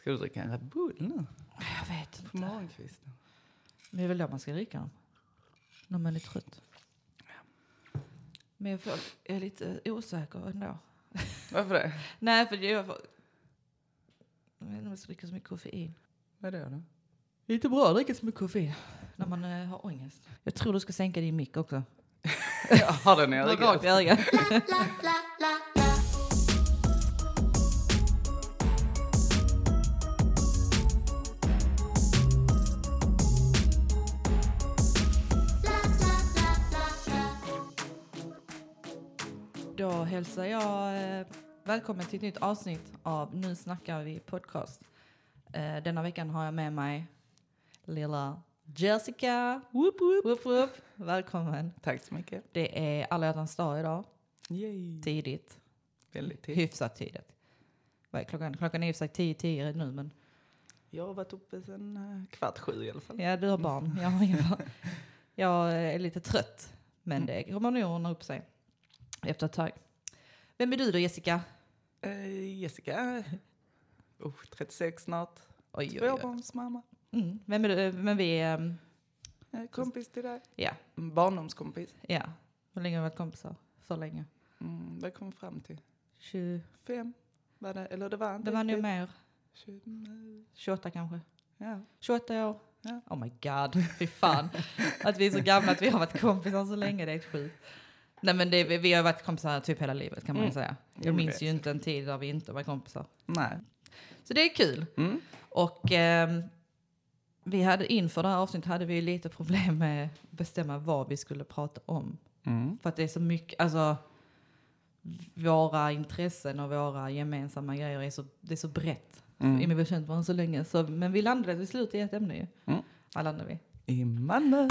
Ska du dricka en Red Bull nu? Jag vet inte. På morgonkvisten. Men det är väl då man ska dricka dem. När man är trött. Men jag är lite osäker ändå. Varför det? Nej, för jag vet inte om jag ska dricka så mycket koffein. Vad är det då? Det är inte bra att dricka så mycket koffein när man har ångest. Jag tror du ska sänka din mick också. Jag har den i ögat. Rakt i ögat. Då hälsar jag välkommen till ett nytt avsnitt av Nu snackar vi podcast. Denna veckan har jag med mig lilla Jessica. Woop, woop. Woop, woop. Välkommen. Tack så mycket. Det är alla hjärtans dag idag. Yay. Tidigt. Väldigt tidigt. Hyfsat tidigt. Vad är klockan? Klockan är i och för sig 10 nu, men... Jag har varit uppe sedan 6:15 i alla fall. Ja, du har barn. Jag har inga barn. Jag är lite trött, men det kommer nog ordna upp sig efter ett tag. Vem är du då, Jessica? Jessica. 36 snart. Oj. Tvåbarnsmamma. Vem är du? Men vi är... Kompis till dig. Ja. Barndomskompis. Ja. Hur länge har vi varit kompisar? För länge. Vad kom vi fram till? 25. Var det? Eller det var inte. Det var nog riktigt. mer. 28 kanske. Ja. 28 år. Ja. Oh my god, fy fan. Att vi är så gamla att vi har varit kompisar så länge, det är sjukt. Nej, men vi har varit kompisar typ hela livet, kan man ju säga. Jag minns ju inte en tid där vi inte var kompisar. Nej. Så det är kul. Och vi hade inför det här avsnittet hade vi lite problem med att bestämma vad vi skulle prata om. För att det är så mycket, alltså våra intressen och våra gemensamma grejer det är så brett. Vi har känt varandra så länge. Men vi landade till slut i ett ämne ju. Vad landade vi? I Malmö.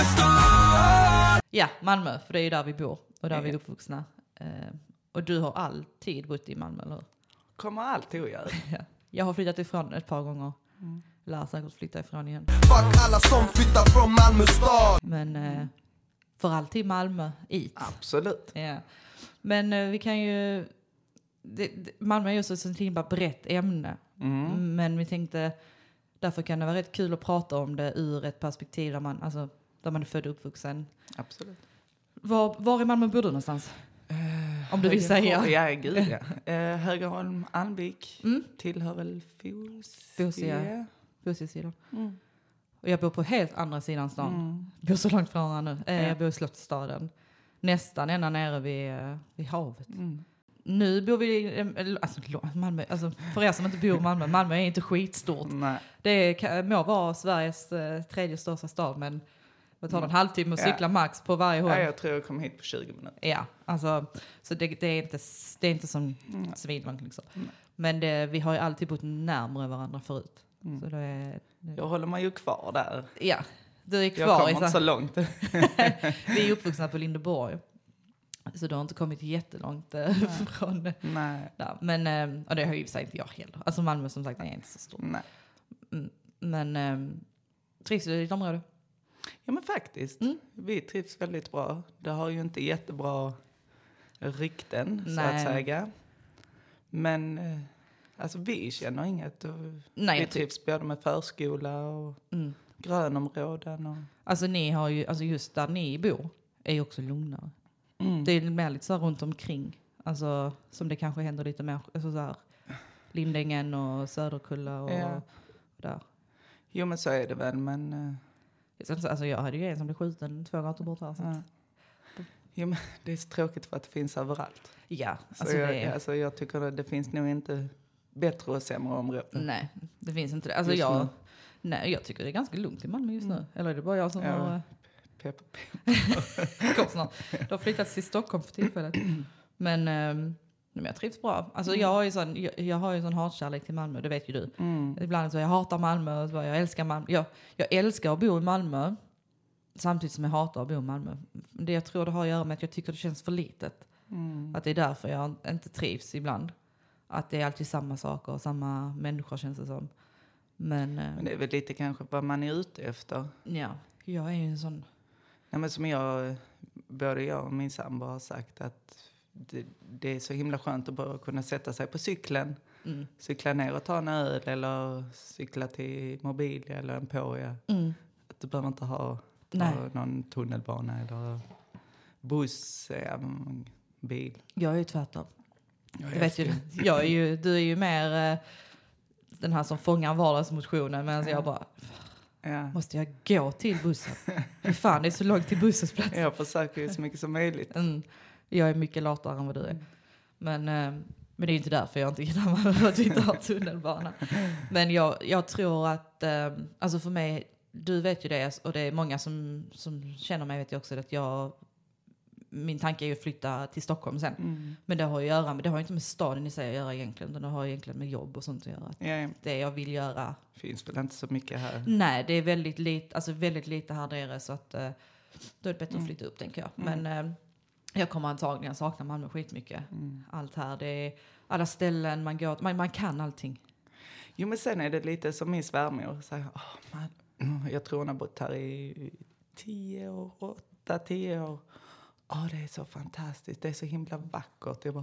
Ja, Malmö. För det är ju där vi bor. Och där vi är uppvuxna. Och du har alltid bott i Malmö, eller hur? Kommer alltid att göra. Ja. Jag har flyttat ifrån ett par gånger. Lär säkert flytta ifrån igen. Fuck alla som flyttar från Malmö stad. Men för alltid Malmö it. Absolut. Ja. Men vi kan ju... Malmö är ju så ett himla brett ämne. Men vi tänkte... Därför kan det vara rätt kul att prata om det ur ett perspektiv där man är född och uppvuxen. Absolut. Var i Malmö bor du någonstans? Om du vill säga. Ja, gud ja. Högerholm, Alnvik. Tillhör väl Fosie. Fosiesidan. Och jag bor på helt andra sidan stan. Jag bor så långt från varandra nu. Jag bor i Slottsstaden. Nästan ända nere vid havet. Nu bor vi Malmö, alltså för er som inte bor i Malmö är inte skitstort. Nej. Det må vara Sveriges tredje största stad, men det tar en halvtimme att cykla max på varje håll. Ja, jag tror jag kom hit på 20 minuter. Ja, alltså så det är inte som svinlångt liksom. Men vi har ju alltid bott närmare varandra förut. Så Jag håller mig ju kvar där. Ja, du är kvar. Jag kommer inte så långt. Vi är uppvuxna på Lindeborg. Så du har inte kommit jättelångt från... Nej. Där. Men, och det har ju sagt inte jag heller. Alltså Malmö som sagt är inte så stort. Nej. Men trivs du i ditt område? Ja, men faktiskt. Vi trivs väldigt bra. Det har ju inte jättebra rykten, så att säga. Men alltså vi känner inget. Nej, vi trivs både med förskola och grönområden. Och... Alltså ni har ju, alltså just där ni bor är ju också lugnare. Det är mer lite så här runt omkring. Alltså som det kanske händer lite mer, alltså så här Lindängen och Söderkulla och där. Jo, men så är det väl, men... Alltså jag hade ju en som blev skjuten 2 gator bort här. Så. Jo, men det är så tråkigt för att det finns överallt. Ja, alltså jag tycker att det finns nog inte bättre och sämre områden. Nej, det finns inte det. Alltså jag tycker det är ganska lugnt i Malmö just nu. Eller är det bara jag som har... Kom snart. Du har flyttat till Stockholm för tillfället. Men jag trivs bra. Alltså jag har ju sån hatkärlek till Malmö, det vet ju du. Ibland så jag hatar Malmö och jag älskar Malmö. Jag älskar att bo i Malmö samtidigt som jag hatar att bo i Malmö. Det jag tror det har att göra med att jag tycker det känns för litet. Att det är därför jag inte trivs ibland. Att det är alltid samma saker och samma människor känns det som. Men det är väl lite kanske vad man är ute efter. Ja, jag är ju en sån... Nej, men som både jag och min sambo har sagt att det är så himla skönt att bara kunna sätta sig på cykeln cykla ner och ta en öl eller cykla till Mobilia eller Emporia. Att du behöver inte ha någon tunnelbana eller buss, bil. Jag är ju tvärtom. Jag vet ju, du är ju mer den här som fångar vardagsmotionen, medan jag bara... Måste jag gå till bussen? Hur fan, det är så långt till bussens plats. Jag försöker ju så mycket som möjligt. Jag är mycket latare än vad du är. Men det är inte därför jag inte gillar för att vi inte har tunnelbana. Men jag tror att, alltså för mig, du vet ju det, och det är många som känner mig, vet jag också, att min tanke är ju att flytta till Stockholm sen. Men det har ju att göra med, det har inte med staden i sig att göra egentligen, utan det har egentligen med jobb och sånt att göra. Det jag vill göra. Finns väl inte så mycket här? Nej, det är väldigt lite här nere, så att då är det bättre att flytta upp, tänker jag. Men jag kommer antagligen sakna Malmö skitmycket. Allt här, det är alla ställen man går, man kan allting. Jo, men sen är det lite som min svärmor säger, jag tror hon har bott här i 10 år, 8-10 år. Det är så fantastiskt, det är så himla vackert. Jag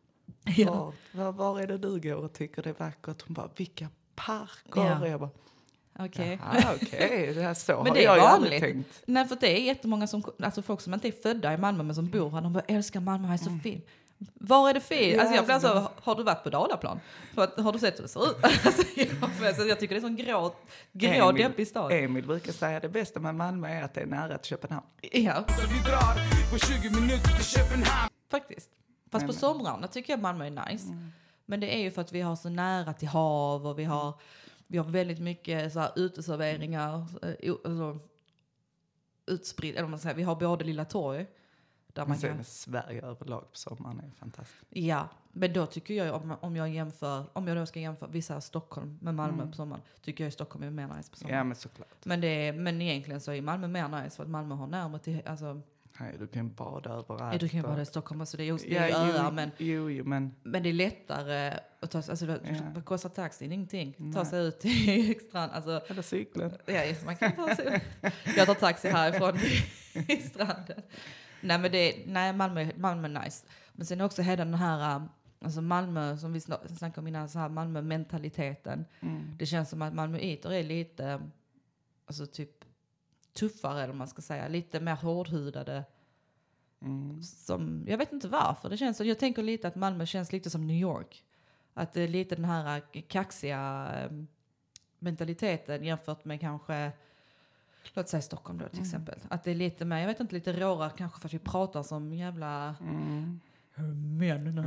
bara, var är det du går och tycker det är vackert? Hon bara, vilka parker? Ja. Jag bara, okej. Det här så men har det jag är ju aldrig tänkt. Nej, för det är jättemånga folk som inte är födda i Malmö men som bor här. De bara, älskar Malmö, här är så fin. Var är det fel? Alltså jag blir så, har du varit på Dalaplan? Har du sett hur det ser ut? Alltså, jag tycker det är sån grå deppig stad. Emil brukar säga att det bästa med Malmö är att det är nära till Köpenhamn. Ja. Vi drar på 20 minuter till Köpenhamn. Faktiskt. Fast på somrarna tycker jag Malmö är nice. Men det är ju för att vi har så nära till hav och vi har väldigt mycket så här uteserveringar, alltså, utspritt, eller man säger, vi har både Lilla Torg där man kan... Sverige överlag på sommaren är fantastiskt. Ja, men då tycker jag om jag då ska jämföra vissa Stockholm med Malmö på sommaren, tycker jag Stockholm är mer nice på sommaren. Ja, men såklart. Men egentligen så är Malmö mer nice för att Malmö har närmare till, alltså... Nej, du kan bada överallt. Du kan bada i Stockholm, alltså det är öar, men det är lättare att ta sig, alltså vad kostar taxin? Ingenting. Ta sig ut till strand, alltså. Eller cykeln. Ja, man kan ta sig ut. Jag tar taxi härifrån i stranden. Malmö är nice. Men sen också hela den här, alltså Malmö, som vi snackar om innan, så här Malmö-mentaliteten. Det känns som att Malmöiter är lite, alltså typ tuffare, eller man ska säga, lite mer hårdhudade. Som, jag vet inte varför det känns så. Jag tänker lite att Malmö känns lite som New York. Att det är lite den här kaxiga mentaliteten jämfört med kanske, låt säga Stockholm då till exempel. Att det är lite mer, jag vet inte, lite råare kanske för att vi pratar som jävla män.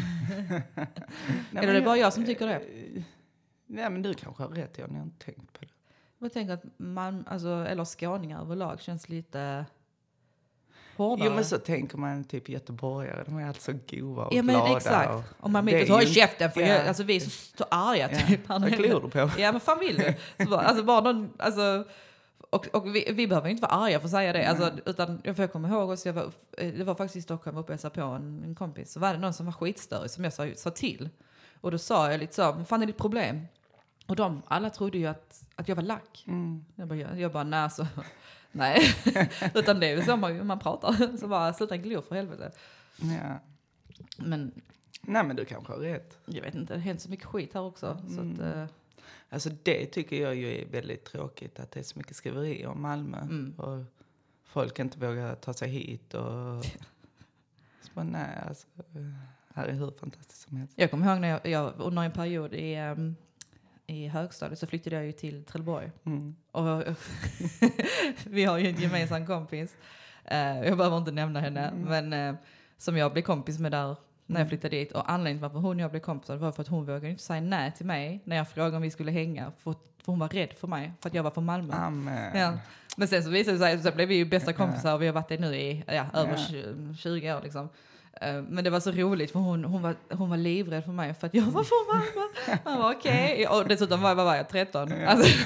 Eller är det bara jag som tycker det? Nej, men du kanske har rätt, jag har inte tänkt på det. Jag tänker att eller skåningar överlag känns lite hårdare. Jo, men så tänker man typ göteborgare, de är alltså goa och glada. Ja, men exakt. Och man mitt så har käften, för alltså, vi är så arga typ. Vad klor du på? Ja, men fan vill du? Så, alltså bara någon, alltså, och vi behöver inte vara arga för att säga det. Alltså, utan jag kommer ihåg också, det var faktiskt i Stockholm uppe och hälsade på en kompis. Så var det någon som var skitstörig som jag sa till. Och då sa jag lite så, vad fan är ditt problem? Och alla trodde ju att jag var lack. Jag bara nej, så nej. Utan det är så man pratar. Så bara sluta glo för helvete. Ja. Men nej, men du kanske har rätt. Jag vet inte, det har hänt så mycket skit här också. Så att, alltså det tycker jag ju är väldigt tråkigt, att det är så mycket skriverier om Malmö. Och folk inte vågar ta sig hit. Och så bara, nej, alltså, här är hur fantastiskt som helst. Jag kommer ihåg när jag under en period i högstadiet så flyttade jag ju till Trelleborg. Och vi har ju en gemensam kompis. Jag behöver inte nämna henne. Men som jag blev kompis med där när jag flyttade dit. Och anledningen till varför hon och jag blev kompisar var för att hon vågade inte säga nej till mig när jag frågade om vi skulle hänga. För hon var rädd för mig. För att jag var från Malmö. Ja. Men sen så visade det sig, så blev vi ju bästa kompisar. Och vi har varit det nu i över 20 år liksom. Men det var så roligt för hon var livrädd för mig för att jag var från Malmö. Han var okej. Och dessutom var jag 13. Alltså.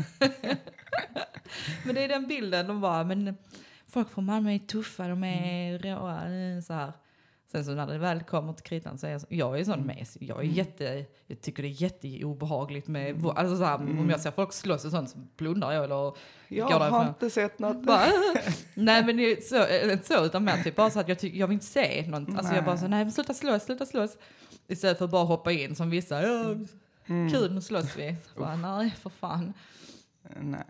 Men det är den bilden. De bara, men folk från Malmö är tuffa, de är råa, så här. Sen så när det väl kommer till kritan så är jag är sån mes. Jag tycker det är jätteobehagligt med alltså så här, om jag ser folk slåss och sånt så blundar jag eller jag har inte sett något. Nej men det är inte så utan mer typ bara så att jag vill inte se något. Alltså jag bara så nej men sluta slåss. Istället för att bara hoppa in som vissa. Kul, nu slåss vi. Bara, nej för fan. Nej.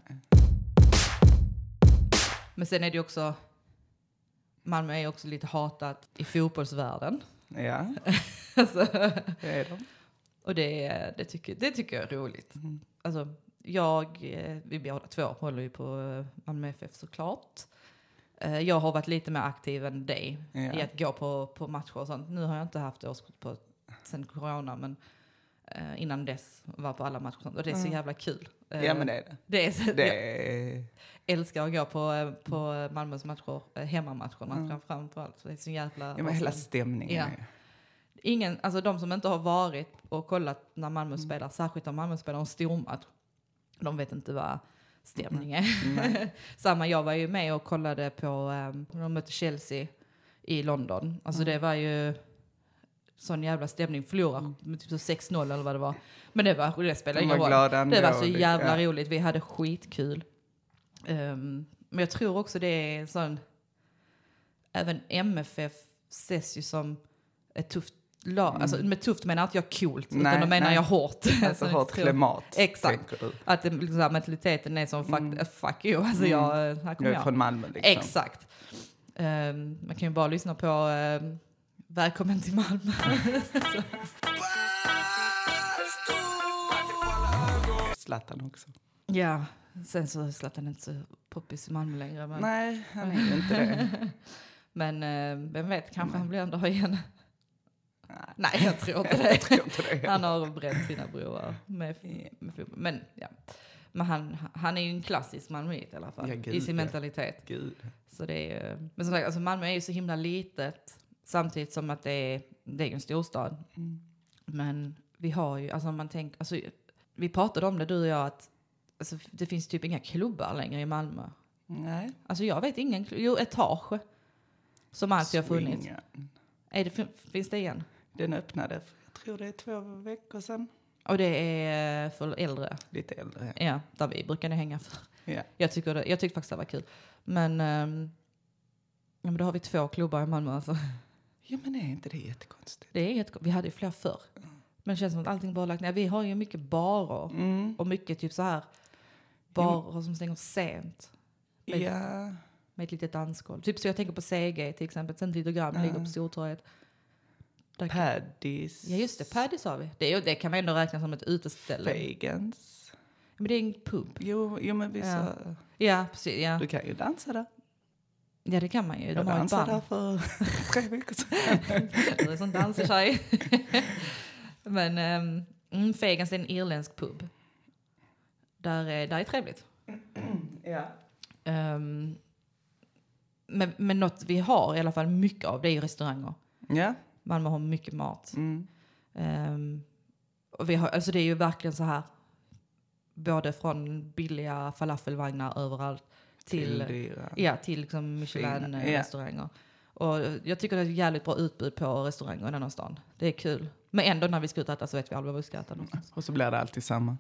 Men sen är det också Malmö är också lite hatat i fotbollsvärlden. Ja, alltså, det är de. Och det tycker jag är roligt. Alltså, vi båda två håller ju på Malmö FF såklart. Jag har varit lite mer aktiv än dig i att gå på matcher och sånt. Nu har jag inte haft årskort sen corona, men innan dess var på alla matcher och sånt. Och det är så jävla kul. Ja, men det är det. Älskar att gå på Malmös matcher, hemmamatcherna framförallt. Det är så jävla... Ja, men hela stämningen. Ja. Alltså de som inte har varit och kollat när Malmö spelar, särskilt om Malmö spelar en stormatch, de vet inte vad stämning är. Samma, jag var ju med och kollade på, de mötte Chelsea i London. Alltså det var ju sån jävla stämning, förlorade med typ 6-0 eller vad det var. Men det spelade ingen roll. Det var så jävla roligt, vi hade skitkul. Men jag tror också det är sån, även MFF ses ju som ett tufft lag. Alltså med tufft menar att jag är coolt, utan då menar jag hårt. Alltså hårt klimat. Exakt. Att liksom, mentaliteten är som fuck you. Alltså jag är från Malmö liksom. Exakt. Man kan ju bara lyssna på Välkommen till Malmö. Zlatan också. Ja, sen så är Zlatan inte så poppis i Malmö längre. Men... Nej, han är ju inte det. Men vem vet, kanske han blir ändå igen. Nej, jag tror inte det. Han har bränt sina broar med fotboll. Men ja. Men han är ju en klassisk Malmöit i alla fall. Ja, gud, i sin mentalitet. Gud. Så det är, men som sagt, alltså Malmö är ju så himla litet. Samtidigt som att det är en storstad. Men vi har ju, alltså om man tänker, alltså, vi pratade om det du och jag, att alltså, det finns typ inga klubbar längre i Malmö. Nej. Alltså jag vet ingen, Etage. Som alltid har funnits. Finns det igen? Den öppnade, jag tror det är 2 veckor sedan. Och det är för äldre? Lite äldre. Ja, där vi brukade hänga för. Ja. Jag tyckte faktiskt det var kul. Men, men då har vi 2 klubbar i Malmö. Alltså. Ja, men är inte det jättekonstigt? Det är vi hade ju fler förr. Men det känns som att allting bara lagt ner. Vi har ju mycket barer. Och mycket typ så här barer som stänger sent. Med ett litet dansgolv. Typ så jag tänker på CG till exempel. Sen Lidogram ligger på Stortorget. Paddies. Ja just det, Paddies har vi. Det kan man ändå räkna som ett uteställe. Fagans. Men det är en pub. Jo men vissa... Ja, precis. Ja. Du kan ju dansa där. Ja, det kan man ju. Jag dansade där för 3 veckor sedan. Det är sån danstjej. Men Fagans är en irländsk pub. Där är trevligt. Ja. Men något vi har i alla fall mycket av, det är ju restauranger. Ja. Malmö har mycket mat. Och vi har, alltså det är ju verkligen så här, både från billiga falafelvagnar överallt till liksom Michelin-restauranger. Och jag tycker det är ett jävligt bra utbud på restauranger i den här stan. Det är kul. Men ändå när vi ska ut äta så vet vi aldrig vad vi ska äta någonstans. Och så blir det alltid samma.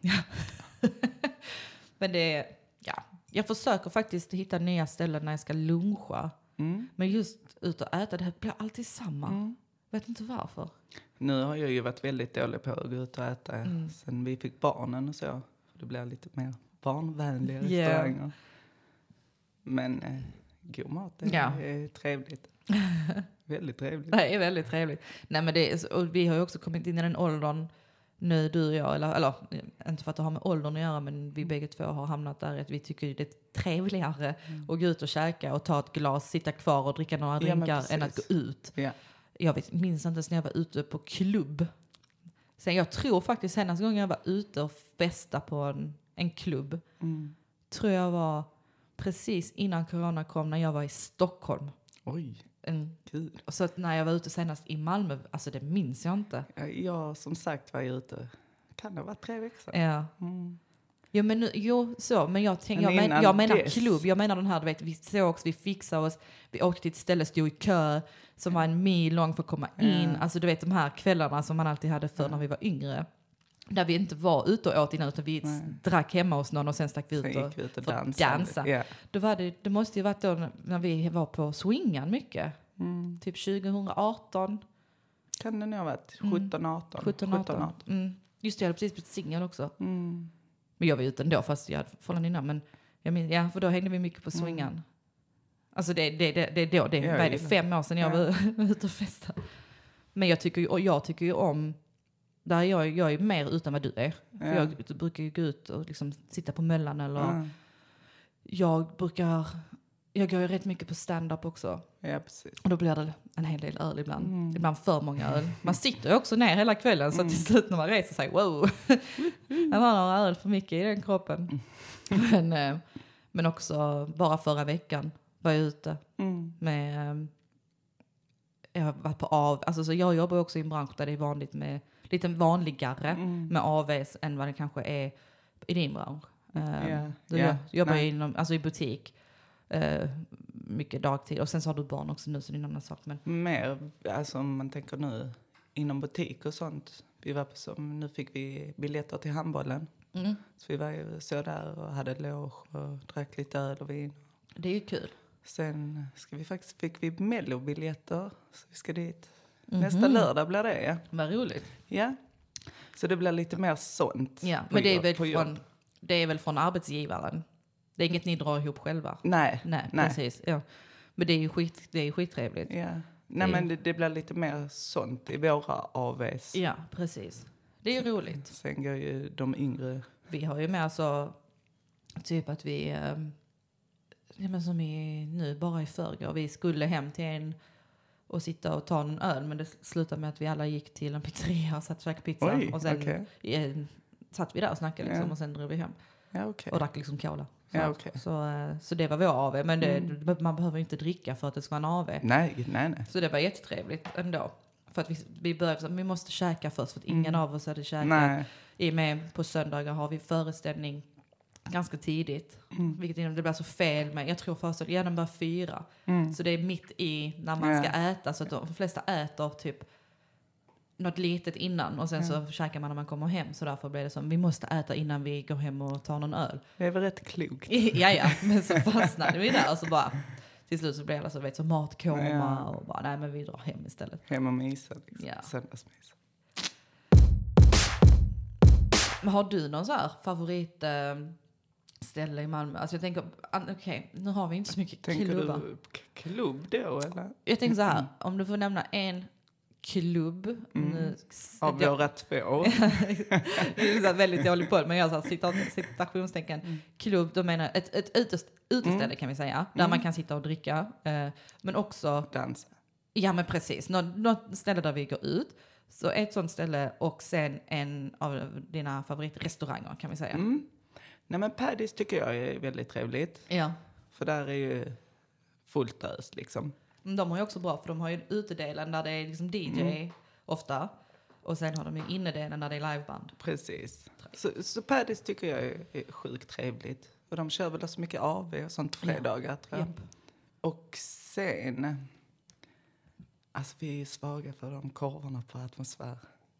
Men det är, jag försöker faktiskt hitta nya ställen när jag ska luncha. Men just ut och äta, det blir alltid samma. Vet inte varför. Nu har jag ju varit väldigt dålig på att gå ut och äta sen vi fick barnen och så. Det blir lite mer barnvänliga restauranger. Men god mat är trevligt. Väldigt trevligt. Det är väldigt trevligt. Nej, men och vi har ju också kommit in i den åldern nu, du och jag, eller inte för att det har med åldern att göra, men vi bägge två har hamnat där att vi tycker det är trevligare att gå ut och käka och ta ett glas, sitta kvar och dricka några drinkar än att gå ut. Ja. Jag minns inte när jag var ute på klubb. Sen jag tror faktiskt senaste gången jag var ute och festa på en klubb tror jag var precis innan corona kom, när jag var i Stockholm. Oj, kul. Och så när jag var ute senast i Malmö, alltså det minns jag inte. Jag som sagt var ute, kan det vara 3 veckor sedan? Ja. Ja, men men jag menar klubb. Jag menar den här, du vet, vi sågs, vi fixade oss, vi åkte till ett ställe, stod i kö som var en mil lång för att komma in. Alltså du vet de här kvällarna som man alltid hade för när vi var yngre. Där vi inte var ute och åt innan, utan vi drack hemma hos någon och sen stack vi ut och dansa. Yeah. Då var det måste ju varit då när vi var på swingan mycket. Typ 2018. Kan det nog ha varit 17-18? Just det, jag hade precis blivit singel också. Men jag var ute ändå fast jag hade förhållande innan. Men jag minns, för då hängde vi mycket på swingan. Alltså det är 5 år sedan jag var ute och festade. Men jag tycker ju om, där jag är mer utan vad du är. För jag brukar ju gå ut och liksom sitta på möllan eller jag går ju rätt mycket på stand-up också. Ja, precis. Och då blir det en hel del öl ibland. Ibland för många öl. Man sitter ju också ner hela kvällen så till slut när man reser sig, wow. Det var några öl för mycket i den kroppen. Men också bara förra veckan var jag ute med... Jag har varit på alltså så jag jobbar också i en bransch där det är vanligt med lite vanligare med AVs än vad det kanske är i din bransch. Jag jobbar i butik mycket dagtid och sen så har du barn också nu så det är en annan sak. Men mer, alltså om man tänker nu inom butik och sånt. Vi var nu fick vi biljetter till handbollen. Så vi var ju så där och hade loge och drack lite öl och vin. Det är ju kul. Sen fick vi Mello-biljetter så vi ska dit. Nästa lördag blir det, ja. Vad roligt. Ja, så det blir lite mer sånt. Ja, men det är väl från arbetsgivaren. Det är inget ni drar ihop själva. Nej. Precis. Ja. Men det är skittrevligt. Ja. Nej, men det blir lite mer sånt i våra AVs. Ja, precis. Det är roligt. Sen går ju de yngre. Vi har ju med så typ att vi men som nu bara i förrgår. Vi skulle hem till en och sitta och ta en öl. Men det slutade med att vi alla gick till en pizzeria och satt och käkade pizza. Och sen satt vi där och snackade liksom, och sen drog vi hem. Ja, okay. Och drack liksom cola. Så det var vår AV. Men man behöver inte dricka för att det ska vara en AV. Nej. Så det var jättetrevligt ändå. För att vi måste käka först. För att ingen av oss hade käkat. Nej. I och med på söndagar har vi föreställning ganska tidigt. Vilket det blir så fel med. Jag tror föreställningen den börjar 4. Så det är mitt i när man ska äta. Så att de flesta äter typ något litet innan. Och sen så käkar man när man kommer hem. Så därför blir det som vi måste äta innan vi går hem och tar någon öl. Det är väl rätt klokt. Ja. Men så fastnade vi där. Och så bara till slut så blev det så matkoma. Och bara nej men vi drar hem istället. Hem och mysa liksom. Söndagsmysa. Men har du någon så här favorit ställe i Malmö? Alltså jag tänker, nu har vi inte så mycket klubbar. Tänker du klubb då eller? Jag tänker så här, om du får nämna en klubb. Av våra 2. Det är väldigt dålig på det, men jag har citationstecken. Klubb, då menar ett uteställe kan vi säga. Där man kan sitta och dricka. Men också dansa. Ja, men precis. Något ställe där vi går ut. Så ett sånt ställe och sen en av dina favoritrestauranger kan vi säga. Nej men Paddy's tycker jag är väldigt trevligt. Ja. För där är ju fullt ös liksom. De har ju också bra för de har ju utedelen där det är liksom DJ ofta. Och sen har de ju innedelen där det är liveband. Precis. Så Paddy's tycker jag är sjukt trevligt. Och de kör väl så mycket AV och sånt fredagar tror jag. Yep. Och sen... Alltså vi är svaga för de korvarna på Atmosfär.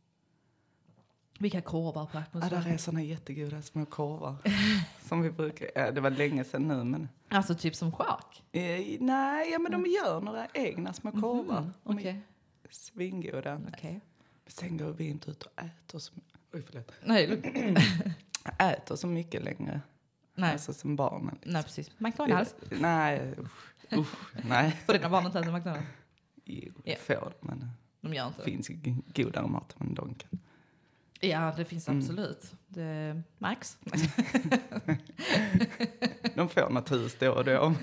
Vilka korvar på Atmosfär? Ja, där är såna jättegoda små korvar. Som vi brukar... det var länge sedan nu, men... Alltså typ som chark? Nej, men de gör några egna små korvar. Okej. Svingoda. Okej. Men sen går vi inte ut och äter så... Oj, förlåt. Nej, äter så mycket längre. Nej. Alltså som barnen. Liksom. Nej, precis. McDonald's? Nej, nej. Får dina barn inte äta McDonald's? Jo, får men de gör inte det. Finns godare mat än Donken. Ja, det finns absolut. Det Max. De får något hus då och då.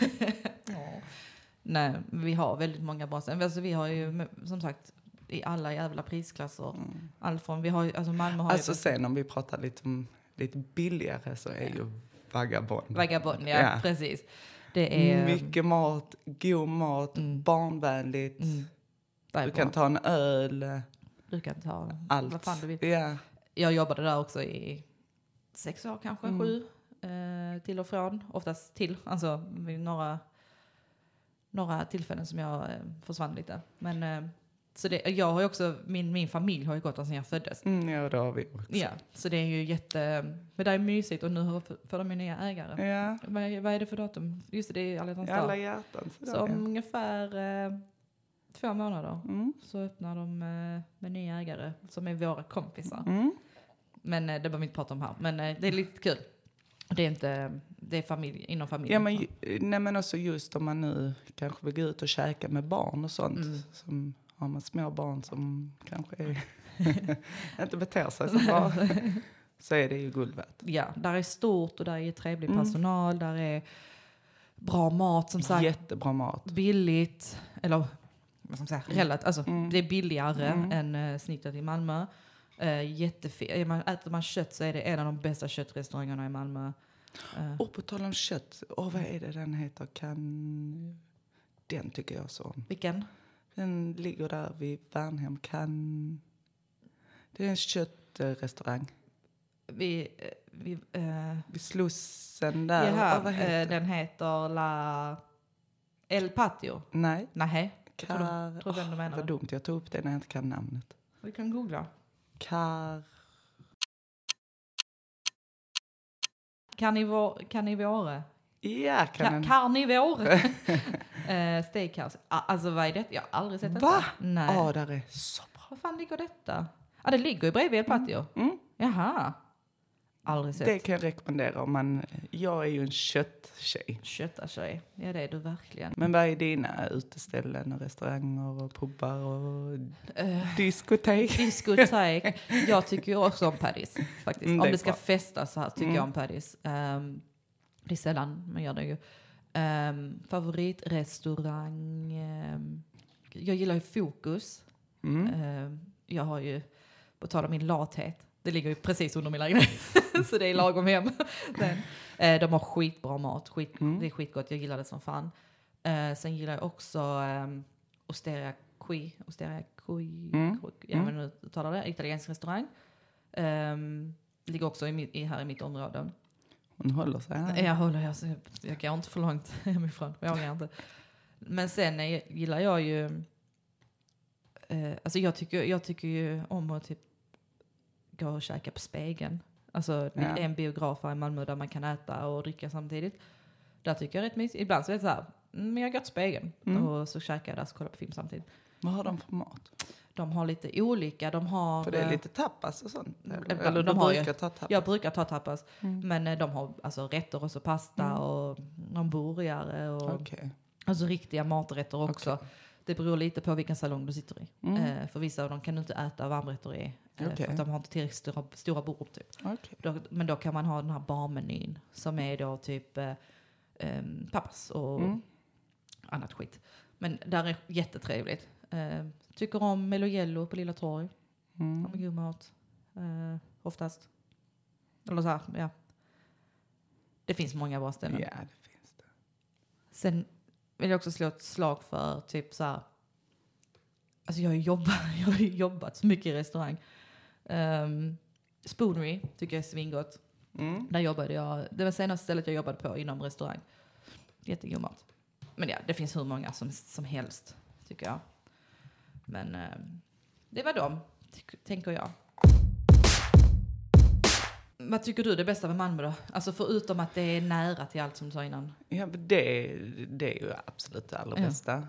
Nej, vi har väldigt många bra ställen. Alltså, vi har ju som sagt i alla jävla prisklasser. Allt från, vi har ju, alltså Malmö har alltså ju... sen om vi pratar lite billigare så är ju Vagabond. Vagabond, ja. Precis. Det är mycket mat, god mat, barnvänligt. Du kan ta en öl. Du kan ta allt. Vad fan du vill. Yeah. Jag jobbade där också i 6 år kanske, 7. Till och från. Oftast till. Alltså vid några tillfällen som jag försvann lite. Men så det, jag har ju också, min familj har ju gått sedan jag föddes. Ja, det har vi också. Ja, så det är ju men det är mysigt och nu får de ju nya ägare. Ja. Vad är det för datum? Just det är alla hjärtans Alla dag. hjärtan. Så om ungefär 2 månader så öppnar de med nya ägare som är våra kompisar. Men det behöver vi inte prata om här. Men det är lite kul. Det är familj, inom familjen. Ja, men också just om man nu kanske vill gå ut och käka med barn och sånt. Som har man små barn som kanske inte beter sig så bra. Så är det ju guld värt. Ja, där är stort och där är trevlig personal. Där är bra mat som sagt. Jättebra mat. Billigt. Eller vad ska man säga? Alltså, det är billigare än snittet i Malmö. Äter man kött så är det en av de bästa köttrestaurangerna i Malmö. Och på tal om kött. Vad är det den heter? Den tycker jag så om. Vilken? Den ligger där vid Värnhem. Det är en köttrestaurang. Vid Slussen där. Jaha, Vad heter den heter La El Patio. Nej. Nej. Tror vem du menar. Vad dumt, jag tog upp det när jag inte kan namnet. Vi kan googla. Carnivore. Ja, Carnivore. Steakhouse. Alltså vad är det? Jag har aldrig sett detta. Va? Nej. Ja, där är så bra. Vad fan ligger detta? Det ligger ju bredvid El Patio. Jaha. Aldrig sett. Det kan jag rekommendera om jag är ju en kötttjej. Köttartjej. Ja, det är du verkligen. Men vad är dina uteställen och restauranger och pubbar och diskotek? Diskotek. Jag tycker ju också om Paris faktiskt. Om det ska festas så här tycker jag om Paris. Det är sällan man gör det ju. Favoritrestaurang. Jag gillar ju Fokus. Jag har ju, på tal om min lathet, det ligger ju precis under min lägenhet. Så det är lagom hem. De har skitbra mat. Det är skitgott. Jag gillar det som fan. Sen gillar jag också Osteria Qui. Jag vet inte uttalar det. Italiensk restaurang. Ligger också här i mitt område. Hon håller sig här. Jag går inte för långt hemifrån. Jag ångar inte. Men sen gillar jag ju... alltså jag tycker ju om att typ gå och käka på Spegeln. Alltså det är en biograf här i Malmö där man kan äta och dricka samtidigt. Där tycker jag rätt mysigt. Ibland så är det så här, men jag går till Spegeln och så käkar jag där och kollar på film samtidigt. Vad har de för mat? De har lite olika. De har, för det är lite tapas och sånt. Jag brukar ta tapas. Men de har alltså rätter och så pasta och någon burgare och alltså riktiga maträtter också. Okay. Det beror lite på vilken salong du sitter i. För vissa av dem kan du inte äta varmrätter i. För att de har inte tillräckligt stora bord typ. Men då kan man ha den här barmenyn som är då typ papas och annat skit. Men där är jättetrevligt. Tycker om Melojello på Lilla Torg. De är god mat. Oftast. Eller så här, ja. Det fintt många bra ställen. Ja, det finns det. Sen vill jag också slå ett slag för typ så här. Alltså jag har jobbat så mycket i restaurang. Spoonery tycker jag är svingott. Där jobbade jag. Det var senaste stället jag jobbade på inom restaurang. Jättegod mat. Men ja, det finns hur många som helst tycker jag. Men det var dem, tänker jag. Vad tycker du är det bästa med Malmö då? Alltså förutom att det är nära till allt som du sa innan. Ja, det är ju absolut det allra bästa.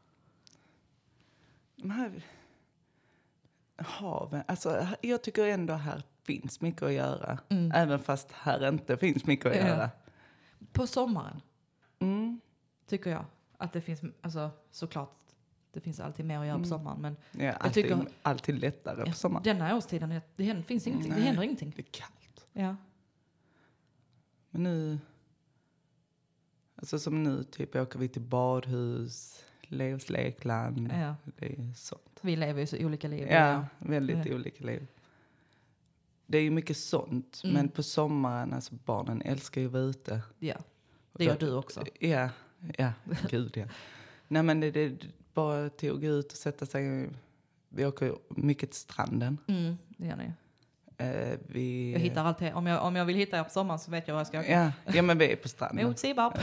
De här haven, alltså jag tycker ändå här finns mycket att göra. Även fast här inte finns mycket att göra. På sommaren tycker jag att det finns, alltså såklart det finns alltid mer att göra på sommaren. Men alltid lättare på sommaren. Denna årstiden, finns ingenting. Det händer ingenting. Det är kallt. Ja. Men nu, alltså som nu typ åker vi till badhus, Leos lekland. Ja. Det är sånt. Vi lever ju så olika liv. Ja, väldigt olika liv. Det är ju mycket sånt. Men på sommaren, alltså barnen älskar ju att vara ute. Ja, det gör du också. Ja, gud ja. Nej men det är bara till att gå ut och sätta sig. Vi åker mycket till stranden. Det gör ni. Jag hittar alltid, om jag vill hitta er på sommaren så vet jag var jag ska åka. Ja, men vi är på stranden. Mot Sibarp.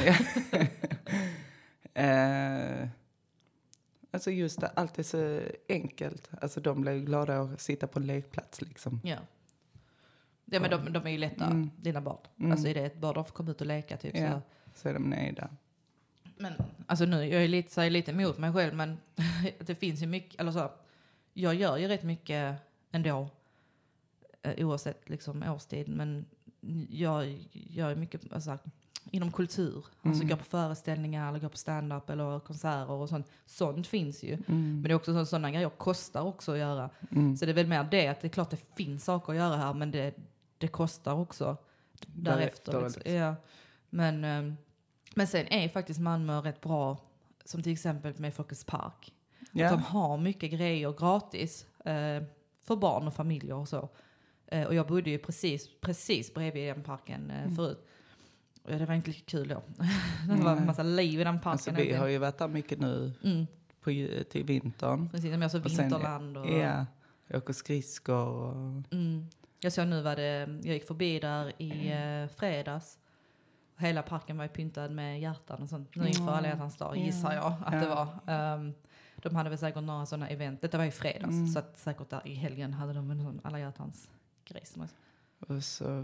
Alltså just det, allt är så enkelt. Alltså de blir ju glada att sitta på en lekplats liksom. Ja. Ja, men de är ju lätta, dina barn. Alltså är det ett barn, de får komma ut och leka typ. Ja, så är de nöjda. Men alltså nu, jag är lite emot mig själv, men det finns ju mycket, eller så, jag gör ju rätt mycket ändå, oavsett liksom årstid, men jag är mycket alltså, inom kultur, alltså går på föreställningar eller går på stand-up eller konserter och sånt finns ju, men det är också sådana grejer kostar också att göra, så det är väl mer det att det är klart det finns saker att göra här, men det kostar också därefter liksom. Ja. Men sen är faktiskt Malmö rätt bra, som till exempel med Folkets Park. Ja. Att de har mycket grejer gratis för barn och familjer och så. Och jag bodde ju precis bredvid den parken förut. Och det var inte lika kul då. Det var en massa liv i den parken. Alltså vi har ju varit där mycket nu till vintern. Precis, men alltså vinterland. Ja, jag åker skridskor. Och... Jag såg nu jag gick förbi där i fredags. Hela parken var ju pyntad med hjärtan och sånt. Nu inför alla hjärtans dag gissar jag att det var. De hade väl säkert några sådana event. Detta var ju fredags. Så att säkert där i helgen hade de en sån alla hjärtans grej. Och så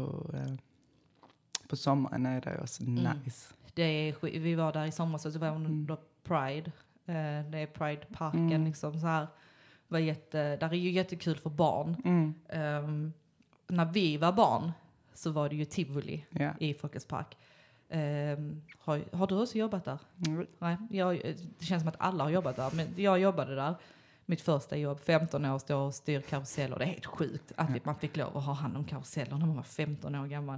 på sommaren är det också nice. Vi var där i sommar så det var då Pride. Det är Pride-parken liksom så här. Där är ju jättekul för barn. När vi var barn så var det ju Tivoli i Folkets Park. Har du också jobbat där? Nej, det känns som att alla har jobbat där. Men jag jobbade där. Mitt första jobb, 15 år, stå och styr karuseller. Det är helt sjukt att man fick lov att ha hand om karuseller när man var 15 år gammal.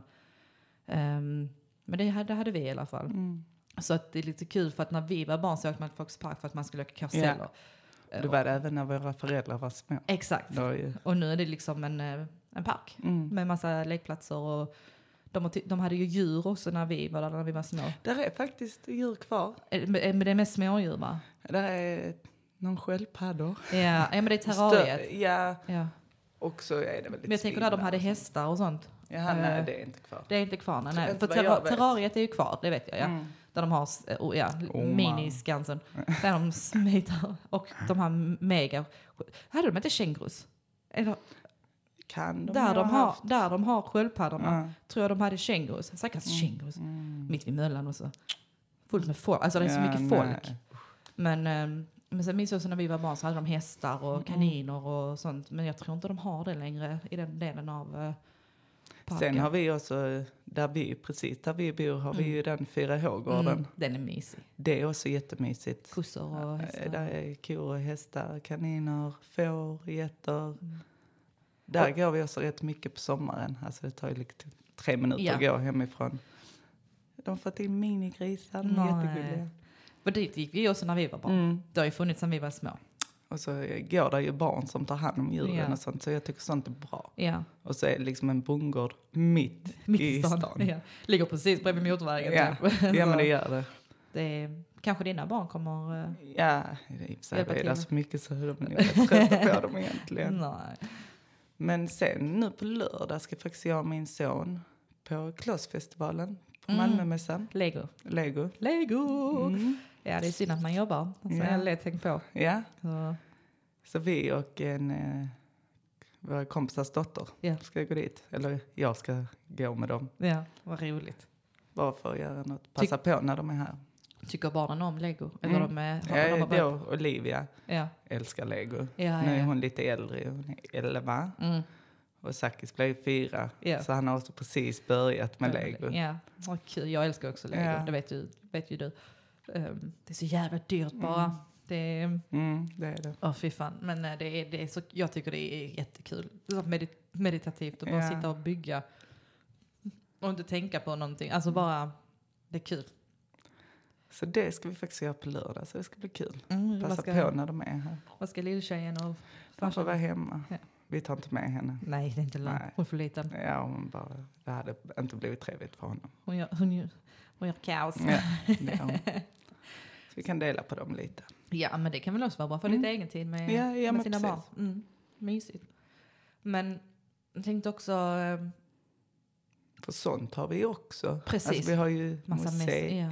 Men det hade vi i alla fall. Så att det är lite kul för att när vi var barn så åkte man till Folkets Park för att man skulle åka karuseller. Det var det även när våra föräldrar var små. Exakt. Och nu är det liksom en park med massa lekplatser och de hade ju djur också när vi var små. Där är faktiskt djur kvar. Men det är mest smådjur va? Där är någon sköldpaddor. Ja, men det är terrariet. Ja. Och så är det väl lite. Men jag tänker där de hade hästar och sånt. Ja, nej, det är inte kvar. Det är inte kvar, nej. För terrariet är ju kvar, det vet jag, ja. Där de har miniskansen. Där de smiter. Och de har mega... Hade de inte kängurus? Eller... Kan de där de har sköldpaddorna tror jag de hade kängurus. Säkert kängurus. Mitt vid Möllan och så. Fullt med folk. Alltså det är så mycket folk. Men sen minns jag också när vi var barn så hade de hästar och kaniner och sånt. Men jag tror inte de har det längre i den delen av parken. Sen har vi också, där vi bor har vi ju den 4H-gården. Den är mysig. Det är också jättemysigt. Kossor och hästar. Där är kor och hästar, kaniner, får, getter. Där går vi också rätt mycket på sommaren. Alltså det tar ju liksom 3 minuter att gå hemifrån. De har fått in minigrisar, de är jättegulliga. För dit gick vi också när vi var barn. Det har ju funnits när vi var små. Och så går det ju barn som tar hand om djuren och sånt. Så jag tycker sånt är bra. Ja. Och så är det liksom en bondgård mitt i stan. Ja. Ligger precis bredvid motorvägen. Ja, typ. Ja men det gör det. Kanske dina barn kommer ja, det är så mycket så hur de är trötta på dem egentligen. Nej. Men sen nu på lördag ska faktiskt jag och min son på Klossfestivalen på Malmömässan. Lego. Ja, det är synd att man jobbar. Alltså, jag har lätt tänkt på. Ja. Så vi och våra kompisars dotter ska gå dit. Eller jag ska gå med dem. Ja, vad roligt. Bara för att göra något. Passa på när de är här. Tycker barnen om Lego? Eller Då Olivia älskar Lego. Nu är hon lite äldre. Hon är 11. Och Sakis blev 4. Så han har också precis börjat med Lego. Ja, vad kul. Jag älskar också Lego. Det vet ju du. Det är så jävla dyrt bara. Det är det. Fy fan. Men det är så, jag tycker det är jättekul. Det är så meditativt att bara sitta och bygga. Och inte tänka på någonting. Alltså bara, det är kul. Så det ska vi faktiskt göra på lördag. Så det ska bli kul. Passa på när de är här. Vad ska lilltjejen och hon får vara hemma. Ja. Vi tar inte med henne. Nej, det är inte långt. Hon får liten. Ja, det hade inte blivit trevligt för honom. Hon gör kaos. Ja, så vi kan dela på dem lite. Ja, men det kan väl också vara bra för lite egen tid med sina barn. Mysigt. Men Jag tänkte också... För sånt har vi också. Precis. Alltså, vi har ju massa museer.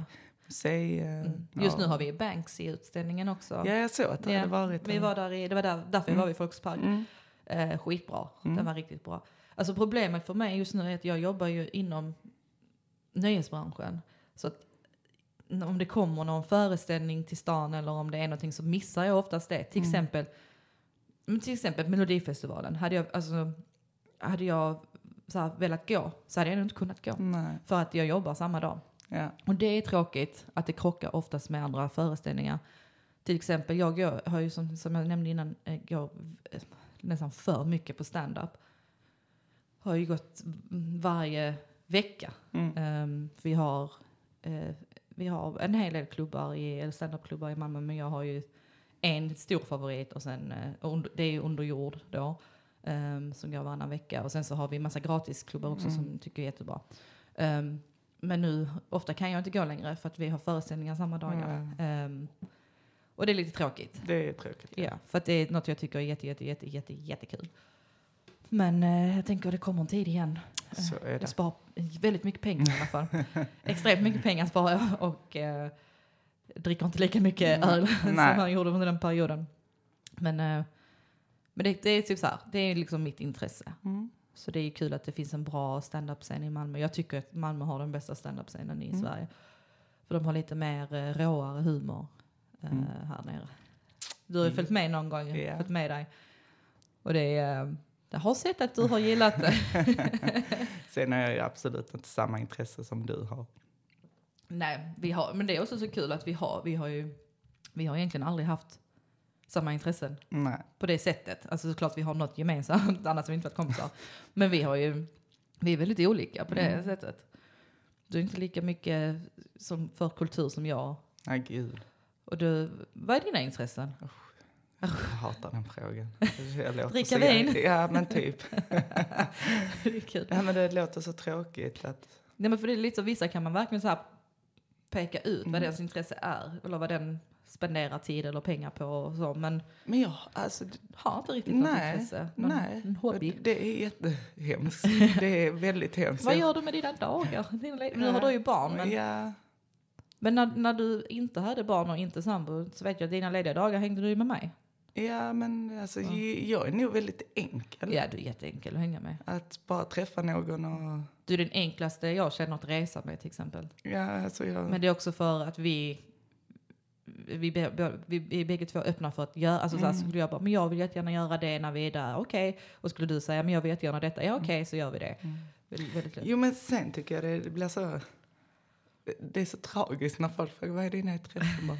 Just nu har vi Banks i utställningen också. Ja, jag såg att det hade varit. Vi var där det var därför vi var i Folkspark. Skitbra. Den var riktigt bra. Alltså problemet för mig just nu är att jag jobbar ju inom nöjesbranschen. Så att om det kommer någon föreställning till stan eller om det är någonting så missar jag oftast det. Till exempel Melodifestivalen. Hade jag så här velat gå så hade jag inte kunnat gå. Nej. För att jag jobbar samma dag. Ja. Och det är tråkigt att det krockar oftast med andra föreställningar. Till exempel, jag har ju som jag nämnde innan, går nästan för mycket på stand-up. Har ju gått varje vecka. Vi har en hel del klubbar eller stand-up-klubbar i Malmö, men jag har ju en stor favorit och sen det är under jord då. Som går varannan vecka. Och sen så har vi en massa gratisklubbar också som tycker är jättebra. Men nu, ofta kan jag inte gå längre för att vi har föreställningar samma dagar. Och det är lite tråkigt. Det är tråkigt. Ja, för att det är något jag tycker är jättekul. Men jag tänker att det kommer en tid igen. Så är det. Jag sparar väldigt mycket pengar i alla fall. Extremt mycket pengar sparar jag och dricker inte lika mycket öl som jag gjorde under den perioden. Men det är typ så här, det är liksom mitt intresse. Så det är kul att det finns en bra stand-up-scen i Malmö. Jag tycker att Malmö har den bästa stand-up-scenen i Sverige. För de har lite mer råare humor här nere. Du har ju följt med någon gång, följt med dig. Och jag har sett att du har gillat det. Sen har jag ju absolut inte samma intresse som du har. Nej, men det är också så kul att vi har egentligen aldrig haft samma intressen. Nej. På det sättet. Alltså såklart vi har något gemensamt, annars har vi inte varit kompisar. Men vi är väldigt olika på det sättet. Du är inte lika mycket för kultur som jag. Nej, gud. Och vad är dina intressen? Jag hatar den frågan. Dricka vin? Ja, men typ. Det är kul. Ja, men det låter så tråkigt att... Nej, men för det är lite så, vissa kan man verkligen så här peka ut vad deras intresse är. Eller vad den spenderar tid eller pengar på och så. Men jag alltså... har inte riktigt något intresse. En hobby. Det är jättehemskt. Det är väldigt hemskt. Vad gör du med dina dagar? Nu har du ju barn. Men när du inte hade barn och inte sambo så vet jag att dina lediga dagar hängde du med mig. Ja, men alltså, jag är nog väldigt enkel. Ja, du är jätteenkel att hänga med. Att bara träffa någon och... Du är den enklaste jag känner att resa med till exempel. Ja, alltså Men det är också för att vi är bägge två öppna för att göra. Alltså så här, skulle jag bara, men jag vill jättegärna göra det när vi är där. Okej. Och skulle du säga, men jag vill jättegärna detta. Ja, okej, så gör vi det. Väldigt lätt. Jo, men sen tycker jag det blir så... Det är så tragiskt när folk frågar, vad är dina intressen?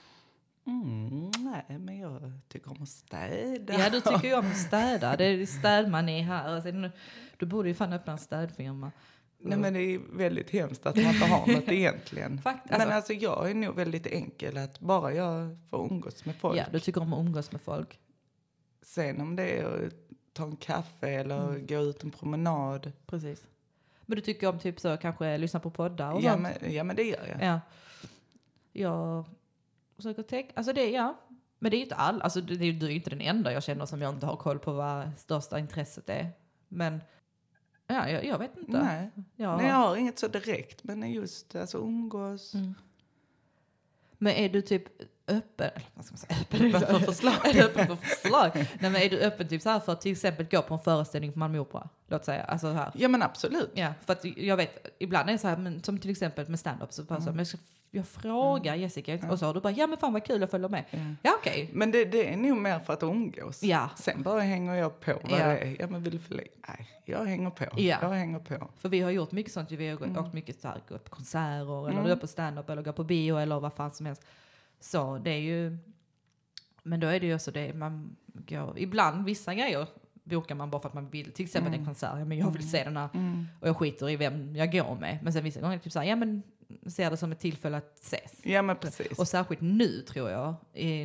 Nej, men jag tycker om att städa. Ja, du tycker ju om att städa. Det är städman är här. Alltså, du borde ju fan öppna en städfirma. Nej, men det är väldigt hemskt att man inte har något egentligen. Men alltså jag är nog väldigt enkel att bara jag får umgås med folk. Ja, du tycker om att umgås med folk. Sen om det är att ta en kaffe eller gå ut en promenad. Precis. Men du tycker om typ så kanske lyssna på poddar och sånt? Men det gör jag. Ja. Jag försöker tänka, alltså men det är ju inte alltså du är ju inte den enda jag känner som jag inte har koll på vad största intresset är. Men jag vet inte. Nej, jag har inget så direkt, men just alltså umgås. Men är du typ öppen, vad ska man säga, öppen för förslag? Är du öppen för förslag? Nej, men är du öppen typ så här för att till exempel gå på en föreställning på Malmö Opera? Låt säga, alltså här. Ja, men absolut. Ja, för att jag vet, ibland är det så här, men, som till exempel med stand-up så bara så, men jag frågar Jessica och så har du bara, ja men fan vad kul, jag följer med. Ja, okej. Men det är nog mer för att umgås. Ja. Sen bara hänger jag på vad det är. Ja, men vill du följa? Nej, jag hänger på. Ja. Jag hänger på. För vi har gjort mycket sånt, vi har åkt mycket så här, gått på konserter eller gå på stand-up eller gå på bio eller vad fan som helst. Så det är ju, men då är det ju också det, man går, ibland vissa grejer bokar man bara för att man vill, till exempel en konsert, ja, men jag vill se den här och jag skiter i vem jag går med. Men sen vissa gånger typ så här, ja men ser det som ett tillfälle att ses. Ja, men precis. Och särskilt nu tror jag,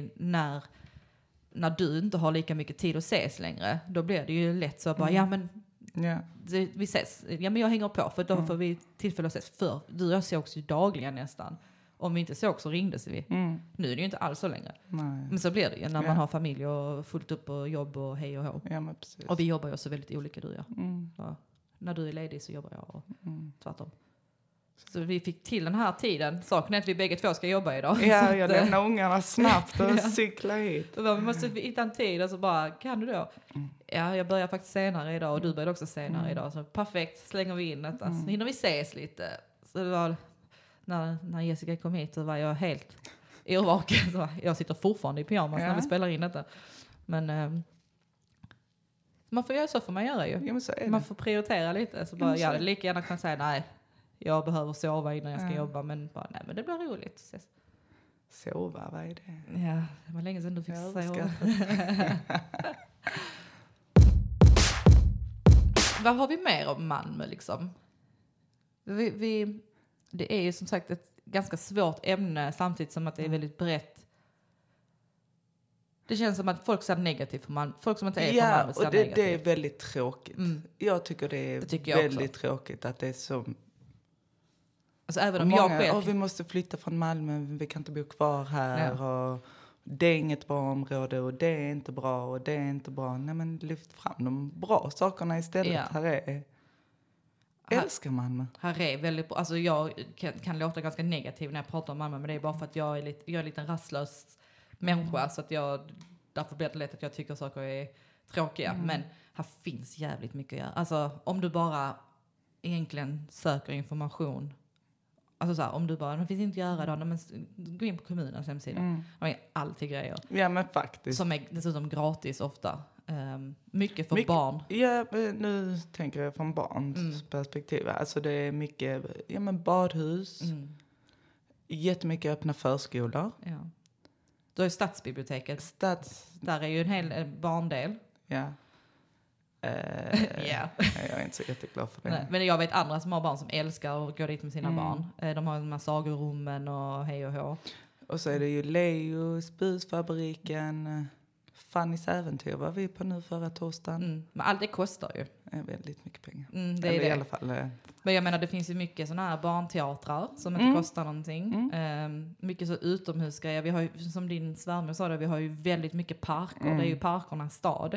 när du inte har lika mycket tid att ses längre, då blir det ju lätt så bara, ja men vi ses, ja men jag hänger på för då får vi tillfälle att ses. För du och jag sågs ju dagligen nästan. Om vi inte såg så ringdes vi. Nu är det ju inte alls så längre. Nej. Men så blir det ju när man har familj och fullt upp och jobb och hej och hå. Ja, men precis. Och vi jobbar ju också väldigt olika, du och jag. Så, när du är ledig så jobbar jag och tvärtom. Så vi fick till den här tiden. Saken är att vi bägge två ska jobba idag. Ja, jag lämnar ungarna snabbt och cyklar hit. Så vi måste hitta en tid och så bara, kan du då? Ja, jag börjar faktiskt senare idag och du börjar också senare idag. Så perfekt, slänger vi in det. Alltså, hinner vi ses lite. Så det var, när Jessica kom hit så var jag helt yrvaken. Så jag sitter fortfarande i pyjamas när vi spelar in detta. Men man får göra så, får man göra ju. Ja, men så är det. Man får prioritera lite. Så bara, jag lika gärna kan säga nej. Jag behöver sova innan jag ska jobba. Men bara, nej, men det blir roligt. Ses. Sova, vad är det? Ja, det var länge sedan du fick sova. Vad har vi mer om Malmö liksom? Det är ju som sagt ett ganska svårt ämne samtidigt som att det är väldigt brett. Det känns som att folk ser negativt på Malmö. Folk som inte är från Malmö ser negativt. Ja, och det är väldigt tråkigt. Jag tycker det är väldigt tråkigt att det är så... Alltså även om jag själv... vi måste flytta från Malmö, vi kan inte bo kvar här. Ja. Och det är inget bra område och det är inte bra och det är inte bra. Nej, men lyft fram de bra sakerna istället. Ja. Här är... Älskar Malmö. Här är väldigt bra. Alltså jag kan låta ganska negativ när jag pratar om Malmö, men det är bara för att jag är en liten rastlös människa. Så att därför blir det lätt att jag tycker saker är tråkiga. Men här finns jävligt mycket att göra. Alltså om du bara egentligen söker information. Alltså så här, om du bara, det finns inte att göra då, men gå in på kommunens hemsida. De är alltid grejer. Ja, men faktiskt. Som är dessutom gratis ofta. Mycket för barn. Ja, nu tänker jag från barns perspektiv. Alltså det är mycket, badhus. Jättemycket öppna förskolor. Ja. Då är stadsbiblioteket. Där är ju en hel barndel. Ja. Jag är inte så jätteglad för det. Nej, men jag vet andra som har barn som älskar att gå dit med sina barn. De har de här sagorummen och hej och hå. Och så är det ju Leos, Busfabriken, Fannys äventyr var vi på nu förra torsdagen. Men allt det kostar ju. Väldigt mycket pengar. Det är det. I alla fall. Men jag menar, det finns ju mycket sådana här barnteatrar som inte kostar någonting. Mycket så utomhusgrejer. Vi har ju, som din svärmor sa, vi har ju väldigt mycket parker. Det är ju parkernas stad.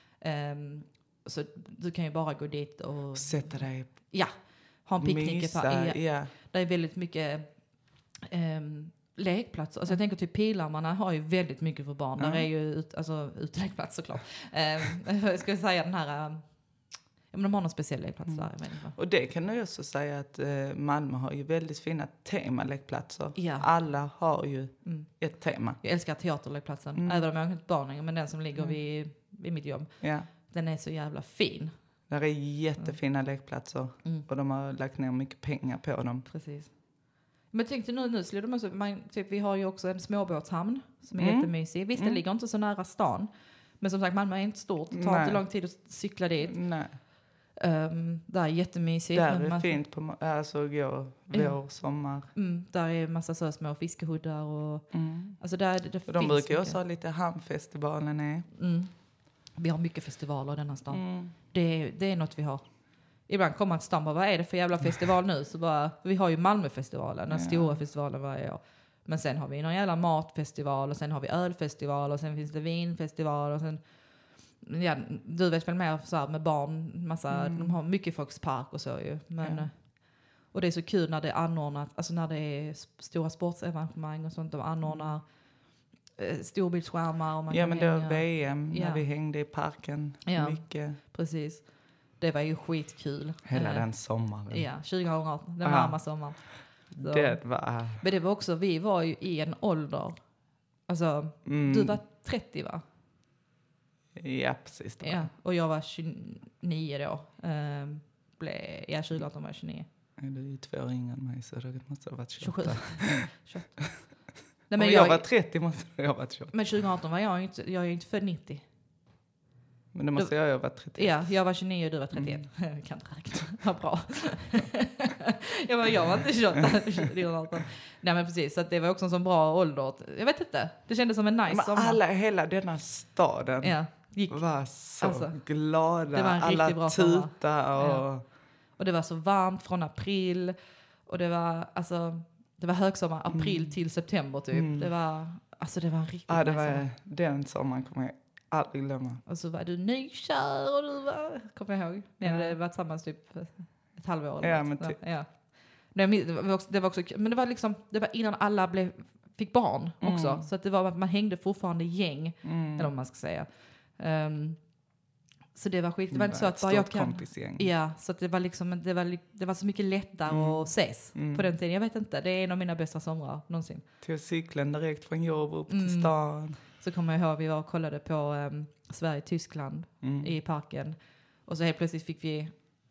Så du kan ju bara gå dit och... Sätta dig. Ja, ha en picknick. Mysa, ja. Det är väldigt mycket lekplatser. Alltså jag tänker typ Pilarmarna har ju väldigt mycket för barn. Där är ju utelekplats såklart. Jag skulle säga den här... men de har någon speciell lekplats där. Och det kan jag också säga att Malmö har ju väldigt fina temalekplatser. Ja. Alla har ju ett tema. Jag älskar teaterlekplatsen. Även om jag inte har barn, men den som ligger vid mitt jobb. Ja. Den är så jävla fin. Där är jättefina lekplatser. Och de har lagt ner mycket pengar på dem. Precis. Men tänkte nu slår de också, vi har ju också en småbåtshamn som är jättemysig. Visst, det ligger inte så nära stan. Men som sagt, Malmö är inte stort. Det tar inte lång tid att cykla dit. Nej. Det är jättemysigt. Där är fint på vår, sommar. Där är massa så små fiskehuddar. Och, alltså det och de brukar ju också ha lite hamnfestivalen. Vi har mycket festivaler i denna stan. Det är något vi har. Ibland kommer man till stan och bara, vad är det för jävla festival nu? Så bara, vi har ju Malmöfestivalen, den stora festivalen varje år. Men sen har vi någon jävla matfestival och sen har vi ölfestival och sen finns det vinfestival och sen, ja, du vet väl mer så här med barn, de har mycket folkspark och så ju. Men, och det är så kul när det är anordnat, alltså när det är stora sportsevenemang och sånt, de anordnar storbildsskärmar. Och man men det var VM när vi hängde i parken. Ja, mycket. Precis. Det var ju skitkul. Hela den sommaren. Ja, 2018. Den varma sommaren. Det var... Men det var också, vi var ju i en ålder. Alltså, du var 30 va? Ja, precis. Ja, och jag var 29 då. 2018 var jag 29. Du är ju 2 år yngre än mig så det måste ha varit 28. 28. Nej, men jag var 30 måste det ha varit 28. Men 2018 var jag är inte född 90. Men det måste jag vara 31. Ja, jag var 29 och du var 31. Jag kan inte räkna. Vad bra. jag var inte 28. Nej men precis, så att det var också en sån bra ålder. Jag vet inte, det kändes som en nice sommar. Hela denna staden var så glada. Det var en alla riktigt bra tuta och... Och det var så varmt från april. Och det var, alltså, Det var högsommar, april till september typ. Det var en riktigt Ja, det nice var sommar. den sommaren kommer jag aldrig glömma. Och så var du nykär och du var, kommer jag ihåg. Nej, Ja. det var tillsammans typ ett halvår. eller Ja, något. men typ. Ja. Det var också, men det var liksom, det var innan alla fick barn också. Så att det var att man hängde fortfarande i gäng, eller vad man ska säga. Så det var skit. Det var inte så att bara jag kan... kompisgäng. Ja, så att det var liksom, det var så mycket lättare att ses på den tiden. Jag vet inte, det är en av mina bästa somrar någonsin. Till cykeln direkt från jobb upp till stan. Så kommer jag ihåg, vi var och kollade på Sverige-Tyskland i parken. Och så helt plötsligt fick vi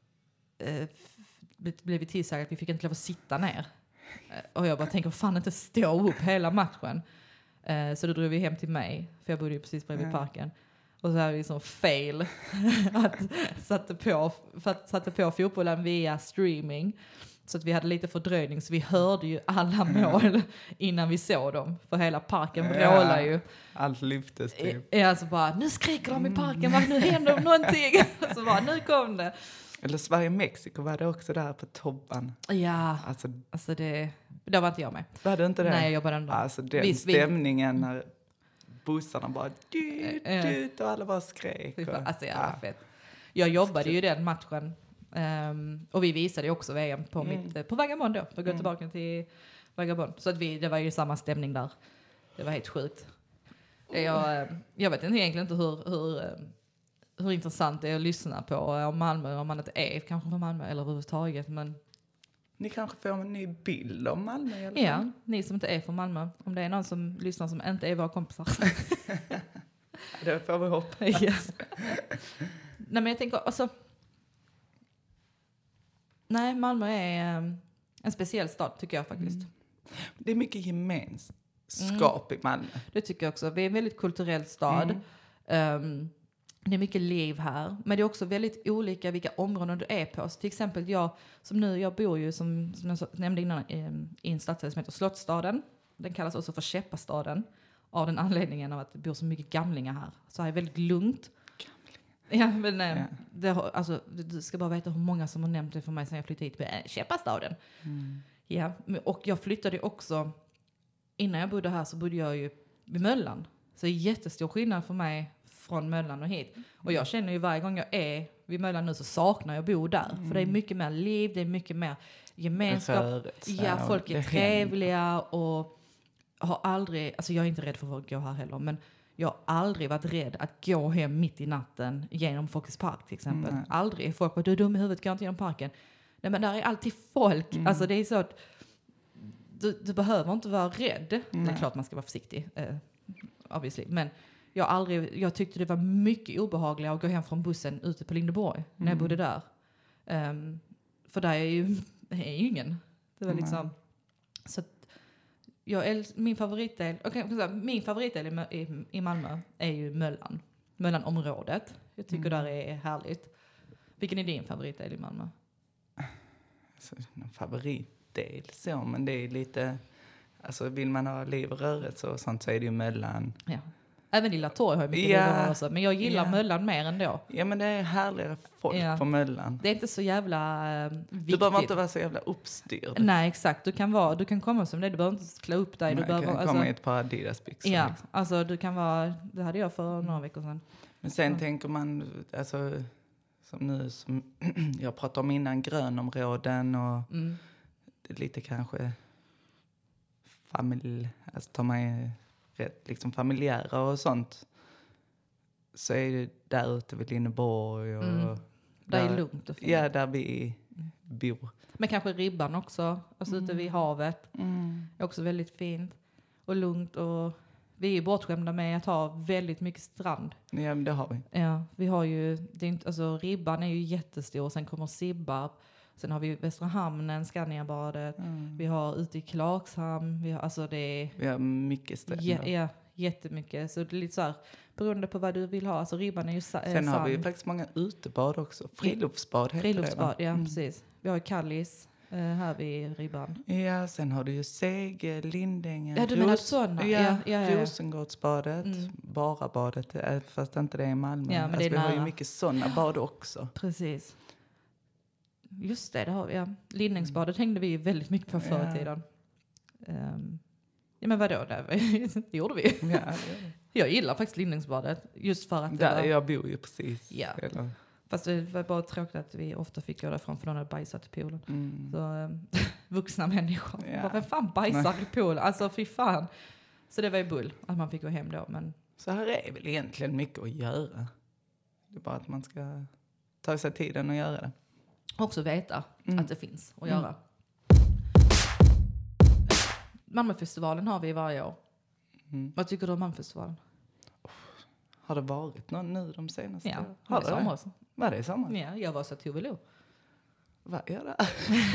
blev vi tillsagda att vi fick inte lov att sitta ner. Och jag bara tänker, fan inte stå upp hela matchen. Så då drog vi hem till mig, för jag bodde ju precis bredvid parken. Och så hade vi sån fail att satte på fotbollen via streaming. Så att vi hade lite fördröjning, så vi hörde ju alla mål innan vi såg dem. För hela parken vrålar ju. Allt lyftes typ. Alltså bara, nu skriker de i parken, nu händer någonting. Så bara, nu kom det. Eller Sverige-Mexiko var det också där på tobban. Ja, Alltså det var inte jag med. var det inte det? Nej, jag jobbade ändå. Alltså den stämningen när bussarna bara dyrt och alla bara skrek. Alltså jävla fett. Jag jobbade ju den matchen. Och vi visade ju också VM på Vagabond då. För att gå tillbaka till Vagabond. Så att det var ju samma stämning där. Det var helt sjukt. Jag vet egentligen inte hur intressant det är att lyssna på om Malmö, om man inte är kanske från Malmö eller överhuvudtaget. Men ni kanske får en ny bild om Malmö i alla fall. Ja, ni som inte är från Malmö. Om det är någon som lyssnar som inte är våra kompisar. Det får vi hoppas. Ja. Nej, men jag tänker, alltså... Nej, Malmö är en speciell stad tycker jag faktiskt. Det är mycket gemenskap i Malmö. Det tycker jag också. Vi är en väldigt kulturell stad. Det är mycket liv här. Men det är också väldigt olika vilka områden du är på. Så till exempel jag bor ju som jag nämnde innan i en stadsdel som heter Slottsstaden. Den kallas också för Käppastaden. Av den anledningen av att det bor så mycket gamlingar här. Så här är väldigt lugnt. Ja, men du ska bara veta hur många som har nämnt det för mig sen jag flyttade hit med Käppastaden. Ja, och jag flyttade också, innan jag bodde här så bodde jag ju vid Möllan. Så det är jättestor skillnad för mig från Möllan och hit. Och jag känner ju varje gång jag är vid Möllan nu så saknar jag att bo där. För det är mycket mer liv, det är mycket mer gemenskap. Ja, folk är trevliga och har aldrig, alltså jag är inte rädd för att gå här heller, men jag har aldrig varit rädd att gå hem mitt i natten genom Folkets park till exempel. Aldrig. Folk bara, du är dum i huvudet, gå inte genom parken. Nej, men där är alltid folk. Alltså det är så att du behöver inte vara rädd. Det är klart man ska vara försiktig, obviously. Men jag tyckte det var mycket obehagligare att gå hem från bussen ute på Lindeborg när jag bodde där. För där är ju ingen. Det var liksom... Så att min favoritdel i Malmö är ju Möllan-området. Jag tycker där är härligt. Vilken är din favoritdel i Malmö? Alltså, en favoritdel så, men det är lite, alltså vill man ha liv och rörelse och sånt så är det ju Möllan. Ja. Även Lilla Torg har ju mycket liv och rörelse, men jag gillar Möllan mer ändå. Ja, men det är härligare folk på Möllan. Det är inte så jävla viktigt. Du behöver inte vara så jävla uppstyrd. Nej, exakt. Du kan komma som det. Du behöver inte klä upp dig. Du kan komma i ett par Adidas-byxor. Ja, liksom. alltså du kan vara... Det hade jag för några veckor sedan. Men sen tänker man, alltså, som jag pratade om innan, grönområden och det är lite kanske alltså tar man rätt liksom familjära och sånt, så är det där ute vid Lindeborg och där är lugnt och fint. Ja, där vi bor. Men kanske Ribban också, alltså ute vid havet. Är också väldigt fint och lugnt, och vi är bortskämda med att ha väldigt mycket strand. Ja, men det har vi. Ja, vi har ju, Ribban är ju jättestor, sen kommer Sibbarp, sen har vi Västra Hamnen, Skandiabadet, vi har ute i Klagshamn, vi har mycket stränder. Ja, jättemycket. Så det är lite så här, beroende på vad du vill ha. Alltså Ribban är ju sen har vi ju faktiskt många utebad också. Friluftsbad heter Friluftsbad, det, ja precis. Vi har ju Kallis här vid Ribban. Ja, sen har du ju Sege, Lindängen. Ja, du menar sådana. Ja. Rosengårdsbadet, Barabadet, fast inte det är i Malmö. Ja, men alltså, det är vi har ju mycket sådana bad också. Precis. Just det har vi. Ja. Lindängsbadet hängde vi väldigt mycket på förr i tiden. Ja, men vadå? Det gjorde vi. Ja, det gör det. Jag gillar faktiskt Lindängsbadet. Just för att Där jag bor ju precis. Ja. Eller, fast det var bara tråkigt att vi ofta fick gå därifrån för någon hade bajsat i poolen. Så vuxna människor. Ja. Bara, vem fan bajsar i poolen? Alltså fy fan. Så det var ju bull att man fick gå hem då. Men så här är väl egentligen mycket att göra. Det är bara att man ska ta sig tiden och göra det. också veta att det finns att göra. Malmöfestivalen har vi varje år. Vad tycker du om Malmöfestivalen? Har det varit någon nu de senaste? Ja, Har det sommar också. Var det i sommar? Ja, jag var så Tove Lo. Vad är det?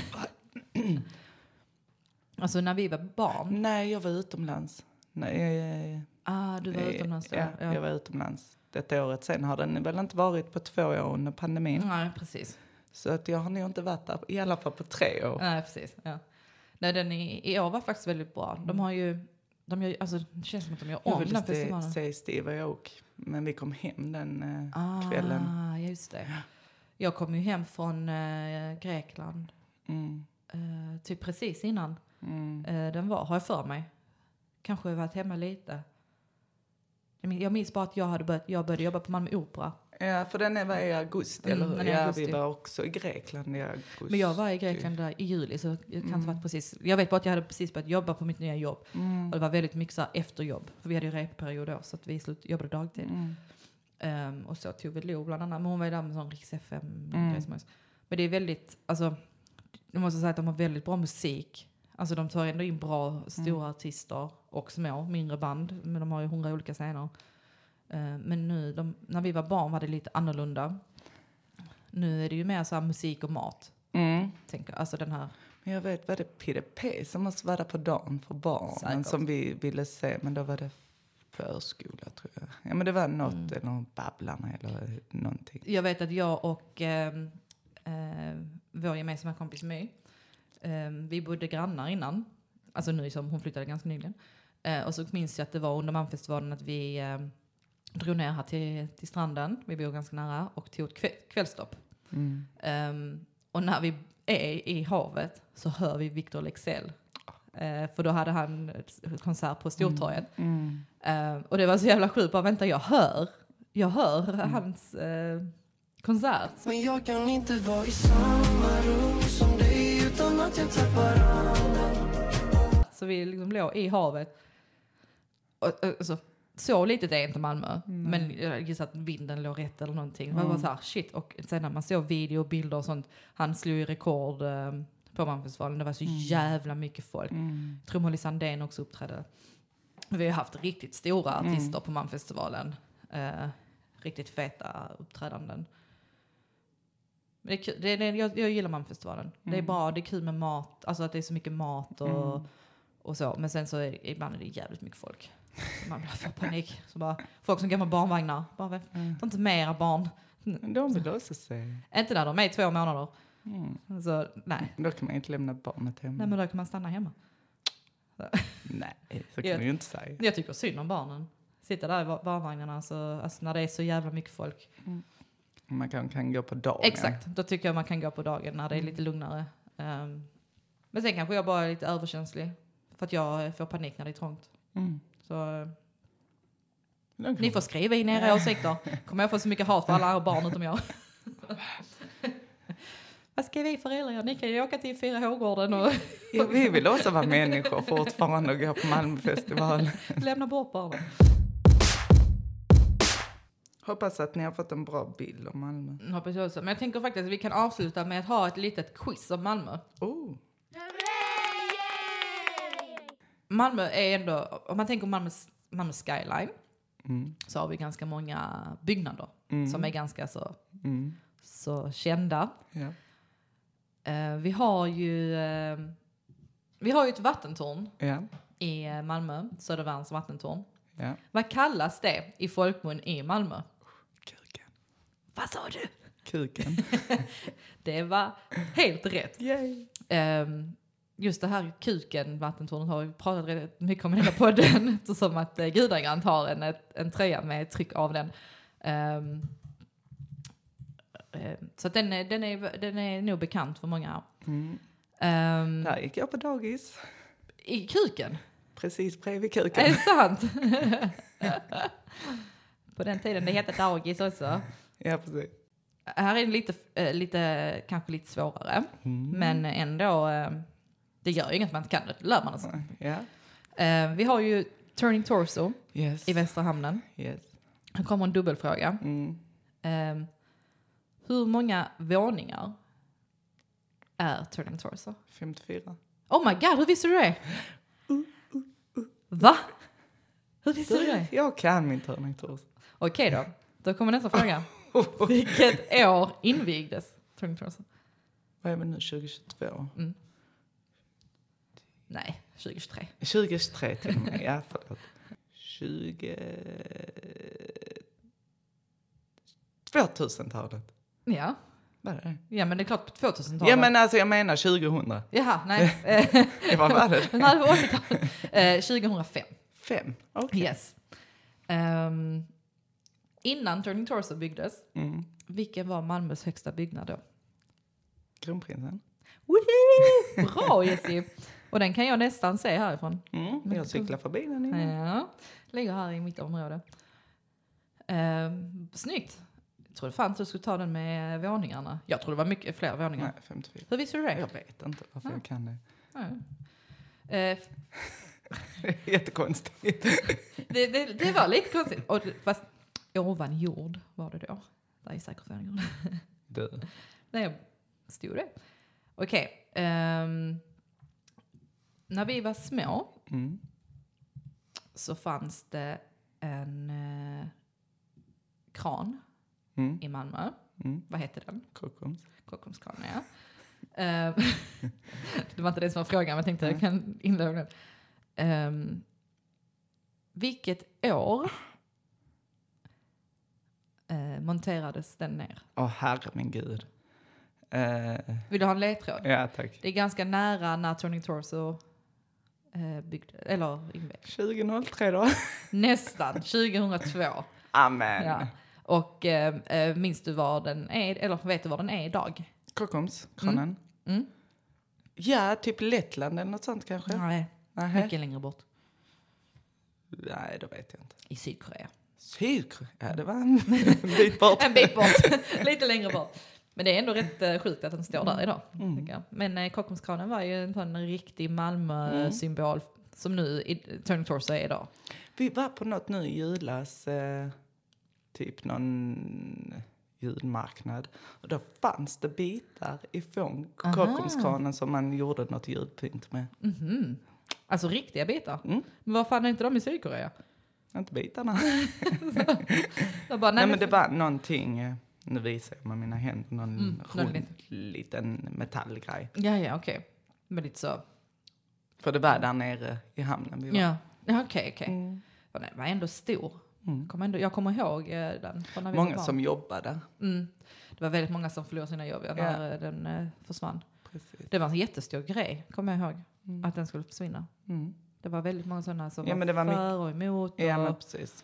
Alltså när vi var barn. Nej, jag var utomlands. Nej, Du var utomlands då? Ja, jag var utomlands detta året. Sen har den väl inte varit på 2 år under pandemin. Nej, precis. Så att jag har nog inte varit där i alla fall på 3 år. Nej, precis. Ja. Nej, den i år var faktiskt väldigt bra. De har ju, alltså det känns som att de gör om den festivalen. Jag ville se Steve Aoki, men vi kom hem den kvällen. Just det. Jag kom ju hem från Grekland typ precis innan den har jag för mig. Kanske varit hemma lite. Jag minns bara att jag började jobba på Malmö Opera. Ja, för den var i augusti, eller hur? Den är i augusti. Vi var också i Grekland i augusti. Men jag var i Grekland där i juli, så jag kan inte varit precis. Jag vet bara att jag hade precis börjat jobba på mitt nya jobb. Och det var väldigt mycket så här efter jobb. För vi hade ju repperiod då, så att vi jobbade dagtid. Och så Tove Lo bland annat. Men hon var ju där med sån Riks FM. Men det är väldigt, alltså, jag måste säga att de har väldigt bra musik. Alltså de tar ändå in bra, stora artister och små, mindre band. Men de har ju 100 olika scener. Men nu, när vi var barn var det lite annorlunda. Nu är det ju mer så här musik och mat. Tänker, alltså den här. Men jag vet, var det PDP som måste vara där på dagen för barnen? Säkert. Som vi ville se, men då var det förskola tror jag. Ja, men det var något, eller Babblarna eller någonting. Jag vet att jag och vår gemensamma kompis My, vi bodde grannar innan. Alltså nu som hon flyttade ganska nyligen. Och så minns jag att det var under Malmöfestivalen att vi drog ner här till stranden. Vi bor ganska nära och tog ett kvällstopp. Och när vi är i havet så hör vi Victor Leksell. För då hade han konsert på Stortorget. Och det var så jävla sjukt. Bara vänta, jag hör hans konsert. Men jag kan inte vara i samma rum som dig utan att jag tappar andan. Så vi liksom låg i havet. Och, alltså, så litet är inte Malmö. Men jag gissar att vinden låg rätt eller någonting. Det var så här, shit. Och sen när man såg video och bilder och sånt. Han slog ju rekord på Malmöfestivalen. Det var så jävla mycket folk. Jag tror Molly Sandén också uppträdde. Vi har haft riktigt stora artister på Malmöfestivalen. Riktigt feta uppträdanden. Men det är kul. Jag gillar Malmöfestivalen. Det är bra, det är kul med mat. Alltså att det är så mycket mat och så. Men sen så är ibland är det jävligt mycket folk. Så man får panik. Så bara, folk som går med barnvagnar. Bara, ta inte mera barn. De vill också se. Inte när de är 2 månader. Så, nej. Då kan man inte lämna barnet hemma. Nej, men då kan man stanna hemma. Nej, så kan du ju inte säga. Jag tycker synd om barnen. Sitta där i barnvagnarna alltså när det är så jävla mycket folk. Man kan gå på dagen. Exakt, då tycker jag man kan gå på dagen när det är lite lugnare. Men sen kanske jag bara är lite överkänslig. För att jag får panik när det är trångt. Så ni får skriva in era åsikter. Kommer jag få så mycket hat för alla barn utom jag. Vad ska vi föräldrar göra? Ni kan ju åka till 4H-gården och Ja, vi vill också vara människor fortfarande och gå på Malmöfestival. lämna bort barnen. Hoppas att ni har fått en bra bild om Malmö. Hoppas jag också. Men jag tänker faktiskt att vi kan avsluta med att ha ett litet quiz om Malmö. Malmö är ändå, om man tänker Malmö skyline, så har vi ganska många byggnader som är ganska så kända. Ja. Vi har ju ett vattentorn i Malmö, Södervärns vattentorn. Ja. Vad kallas det i folkmun i Malmö? Kuken. Vad sa du? Kuken. Det var helt rätt. Yay. Just det här kuken, vattentornet, har vi pratat rätt mycket om i den här podden. Eftersom att Gudagrant har en tröja med tryck av den. Så att den är nog bekant för många. Där gick jag på dagis. I kuken? Precis bredvid kuken. Är det sant? På den tiden det hette dagis också. Ja, precis. Här är det kanske lite svårare. Men ändå, det gör ju inget man inte kan. Det lär man alltså. Ja. Vi har ju Turning Torso Yes. i Västra hamnen. Yes. Här kommer en dubbelfråga. Hur många våningar är Turning Torso? 54. Oh my god, hur visste du det? Va? Hur visste du det? Jag kan min Turning Torso. Okej då. Då kommer nästa fråga. Vilket år invigdes Turning Torso? Vad är vi nu? 2022? Nej, 2023. 2023 till och med. Ja, förlåt. 2000-talet. Ja. Vad är det? Ja, men det är klart på 2000-talet. Ja, men alltså jag menar 2000. Jaha, nej. Vad var det? Nej, det var 80-talet. 2005. 5? Okej. Yes. Innan Turning Torso byggdes, vilken var Malmös högsta byggnad då? Kronprinsen. Woohoo! Bra, Jessie. Och den kan jag nästan se härifrån. Jag cyklar förbi den innan. Ja, ligger här i mitt område. Snyggt. Jag trodde fan att du skulle ta den med våningarna. Jag tror det var mycket fler våningar. Nej, 54. Hur visste du det? Jag vet inte varför jag kan det. Jättekonstigt. Det var lite konstigt. Fast ovan jord var det då. Där är säkert våningar. Du. Nej, stod det. Okej. När vi var små så fanns det en kran i Malmö. Vad heter den? Kockumskranen, ja. Det var inte det som var frågan, men jag tänkte jag kan inleda den. Vilket år monterades den ner? Herre min gud. Vill du ha en ledtråd? Ja, tack. Det är ganska nära när Turning Torso byggde, eller invägd. 2003 då? Nästan, 2002. Amen. Ja. Och minns du var den är, eller vet du var den är idag? Kockumskranen? Ja, typ Lettland eller något sånt kanske. Nej, mycket längre bort. Nej, det vet jag inte. I Sydkorea. Sydkorea? Ja, det var en bit bort. En bit bort, lite längre bort. Men det är ändå rätt sjukt att den står där idag. Tycker jag. Men Kockumskranen var ju en sån riktig Malmö-symbol som nu i Turning Torso är idag. Vi var på något nu i julas, typ någon julmarknad. Och då fanns det bitar ifrån Kockumskranen som man gjorde något ljudpynt med. Alltså riktiga bitar. Men vad fan är inte de i Sydkorea? Inte bitarna. Bara, nej, men det var någonting... Nu visar jag med mina händer någon liten metallgrej. Ja, okej. Men lite så. För det var där nere i hamnen vi var. Ja, okej. Den var ändå stor. Jag kommer ihåg den. När vi många var som jobbade. Det var väldigt många som förlorade sina jobb när den försvann. Precis. Det var en jättestor grej, kommer jag ihåg. Att den skulle försvinna. Det var väldigt många sådana som var för och emot. Ja, men precis.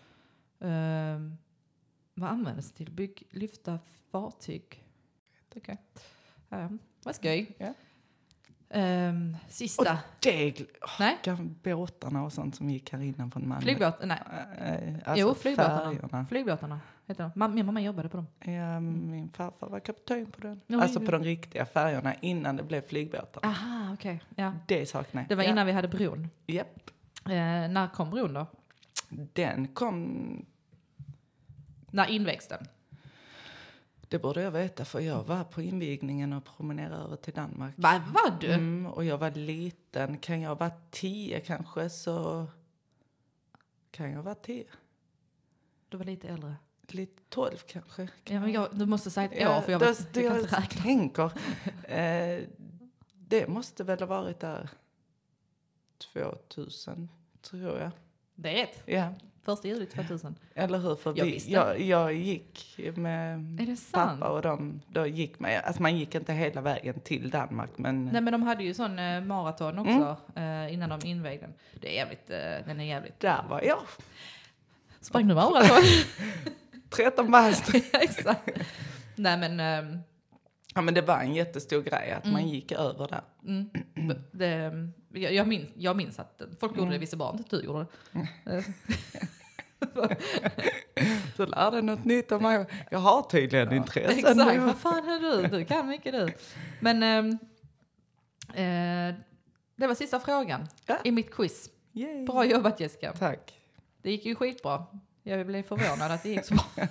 Vad användes till? Lyfta fartyg. Okej. Vad skoj. Ja. Sista. Nej? Båtarna och sånt som gick här innan från Malmö. Flygbåtarna? Nej. Alltså flygbåtarna. Flygblåtarna heter de. Min mamma jobbade på dem. Ja, min farfar var kapten på den. Alltså på de riktiga färgerna innan det blev flygbåtar. Aha, okej. Ja. Det saknar jag. Det var innan vi hade bron. Japp. När kom bron då? Den kom... När invägs den? Det borde jag veta, för jag var på invigningen och promenerade över till Danmark. Vad var du? Och jag var liten. Kan jag vara 10 kanske, så kan jag vara 10. Du var lite äldre. Lite 12 kanske. Ja, men du måste säga ett år, för jag kan inte räkna. Tänker. Det måste väl ha varit där 2000, tror jag. Det är rätt. Ja. 1 juli 2000. Eller hur? För jag gick med pappa och då gick man. Alltså man gick inte hela vägen till Danmark. Men... Nej, men de hade ju sån maraton också innan de invägde den. Det är jävligt, den är jävligt. Där var jag. Sprang du maraton? 13 bast. Exakt. Nej, men Ja, men det var en jättestor grej att man gick över där. Jag minns att folk gjorde det, vissa barn, inte du gjorde det. Du lärde något nytt om mig. Jag har tydligen intressen. Exakt, vad fan är du? Du kan mycket du. Men det var sista frågan i mitt quiz. Yay. Bra jobbat Jessica. Tack. Det gick ju skitbra. Jag blev förvånad att det gick så bra.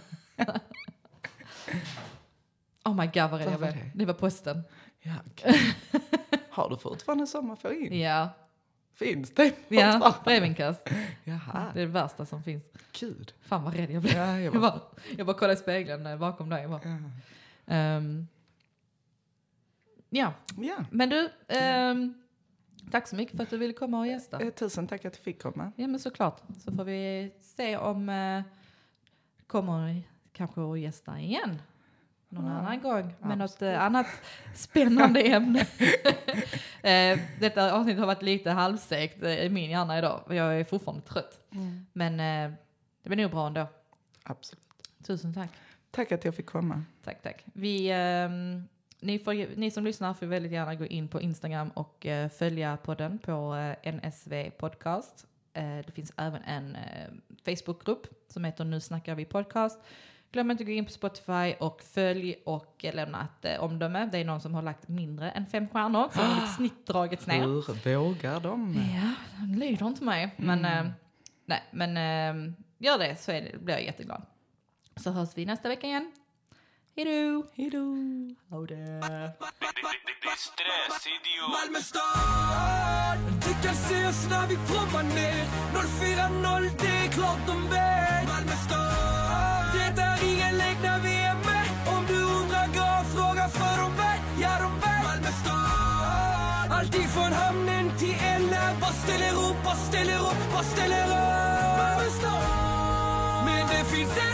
Oh my god vad rädd jag blev. Det var posten. Ja, okay. Har du fortfarande sommarfärg? Ja. Finns det? Ja, brevinkast. Jaha. Det är det värsta som finns. Gud. Fan vad rädd jag blev. Ja, jag bara kollade i spegeln bakom dig. Ja. Men du, tack så mycket för att du ville komma och gästa. Tusen tack att du fick komma. Ja, men såklart. Så får vi se om kommer kanske att gästa igen. Någon annan gång. Med något annat spännande ämne. Detta avsnitt har varit lite halvsegt i min hjärna idag. Jag är fortfarande trött. Men det blir nog bra ändå. Absolut. Tusen tack. Tack att jag fick komma. Tack. Ni som lyssnar får väldigt gärna gå in på Instagram och följa podden på NSV Podcast. Det finns även en Facebookgrupp som heter Nu snackar vi podcast. Glöm inte att gå in på Spotify och följ och lämna ett omdöme. Det är någon som har lagt mindre än 5 stjärnor. Så har mitt snitt dragits ner. Hur vågar de? Ja, de lyder inte mig. Men gör det så blir jag jätteglad. Så hörs vi nästa vecka igen. Hejdå! Ha det! Det är stress, idiot. Malmö stad, du kan se oss när vi proppar ner 040, det är klart de vet. Malmö stad, det är ingen lek när vi är med. Om du undrar, gå och fråga för de vet. Ja, de vet. Malmö stad, alltid från hamnen till Ella. Bara ställer upp. Malmö stad, men det finns en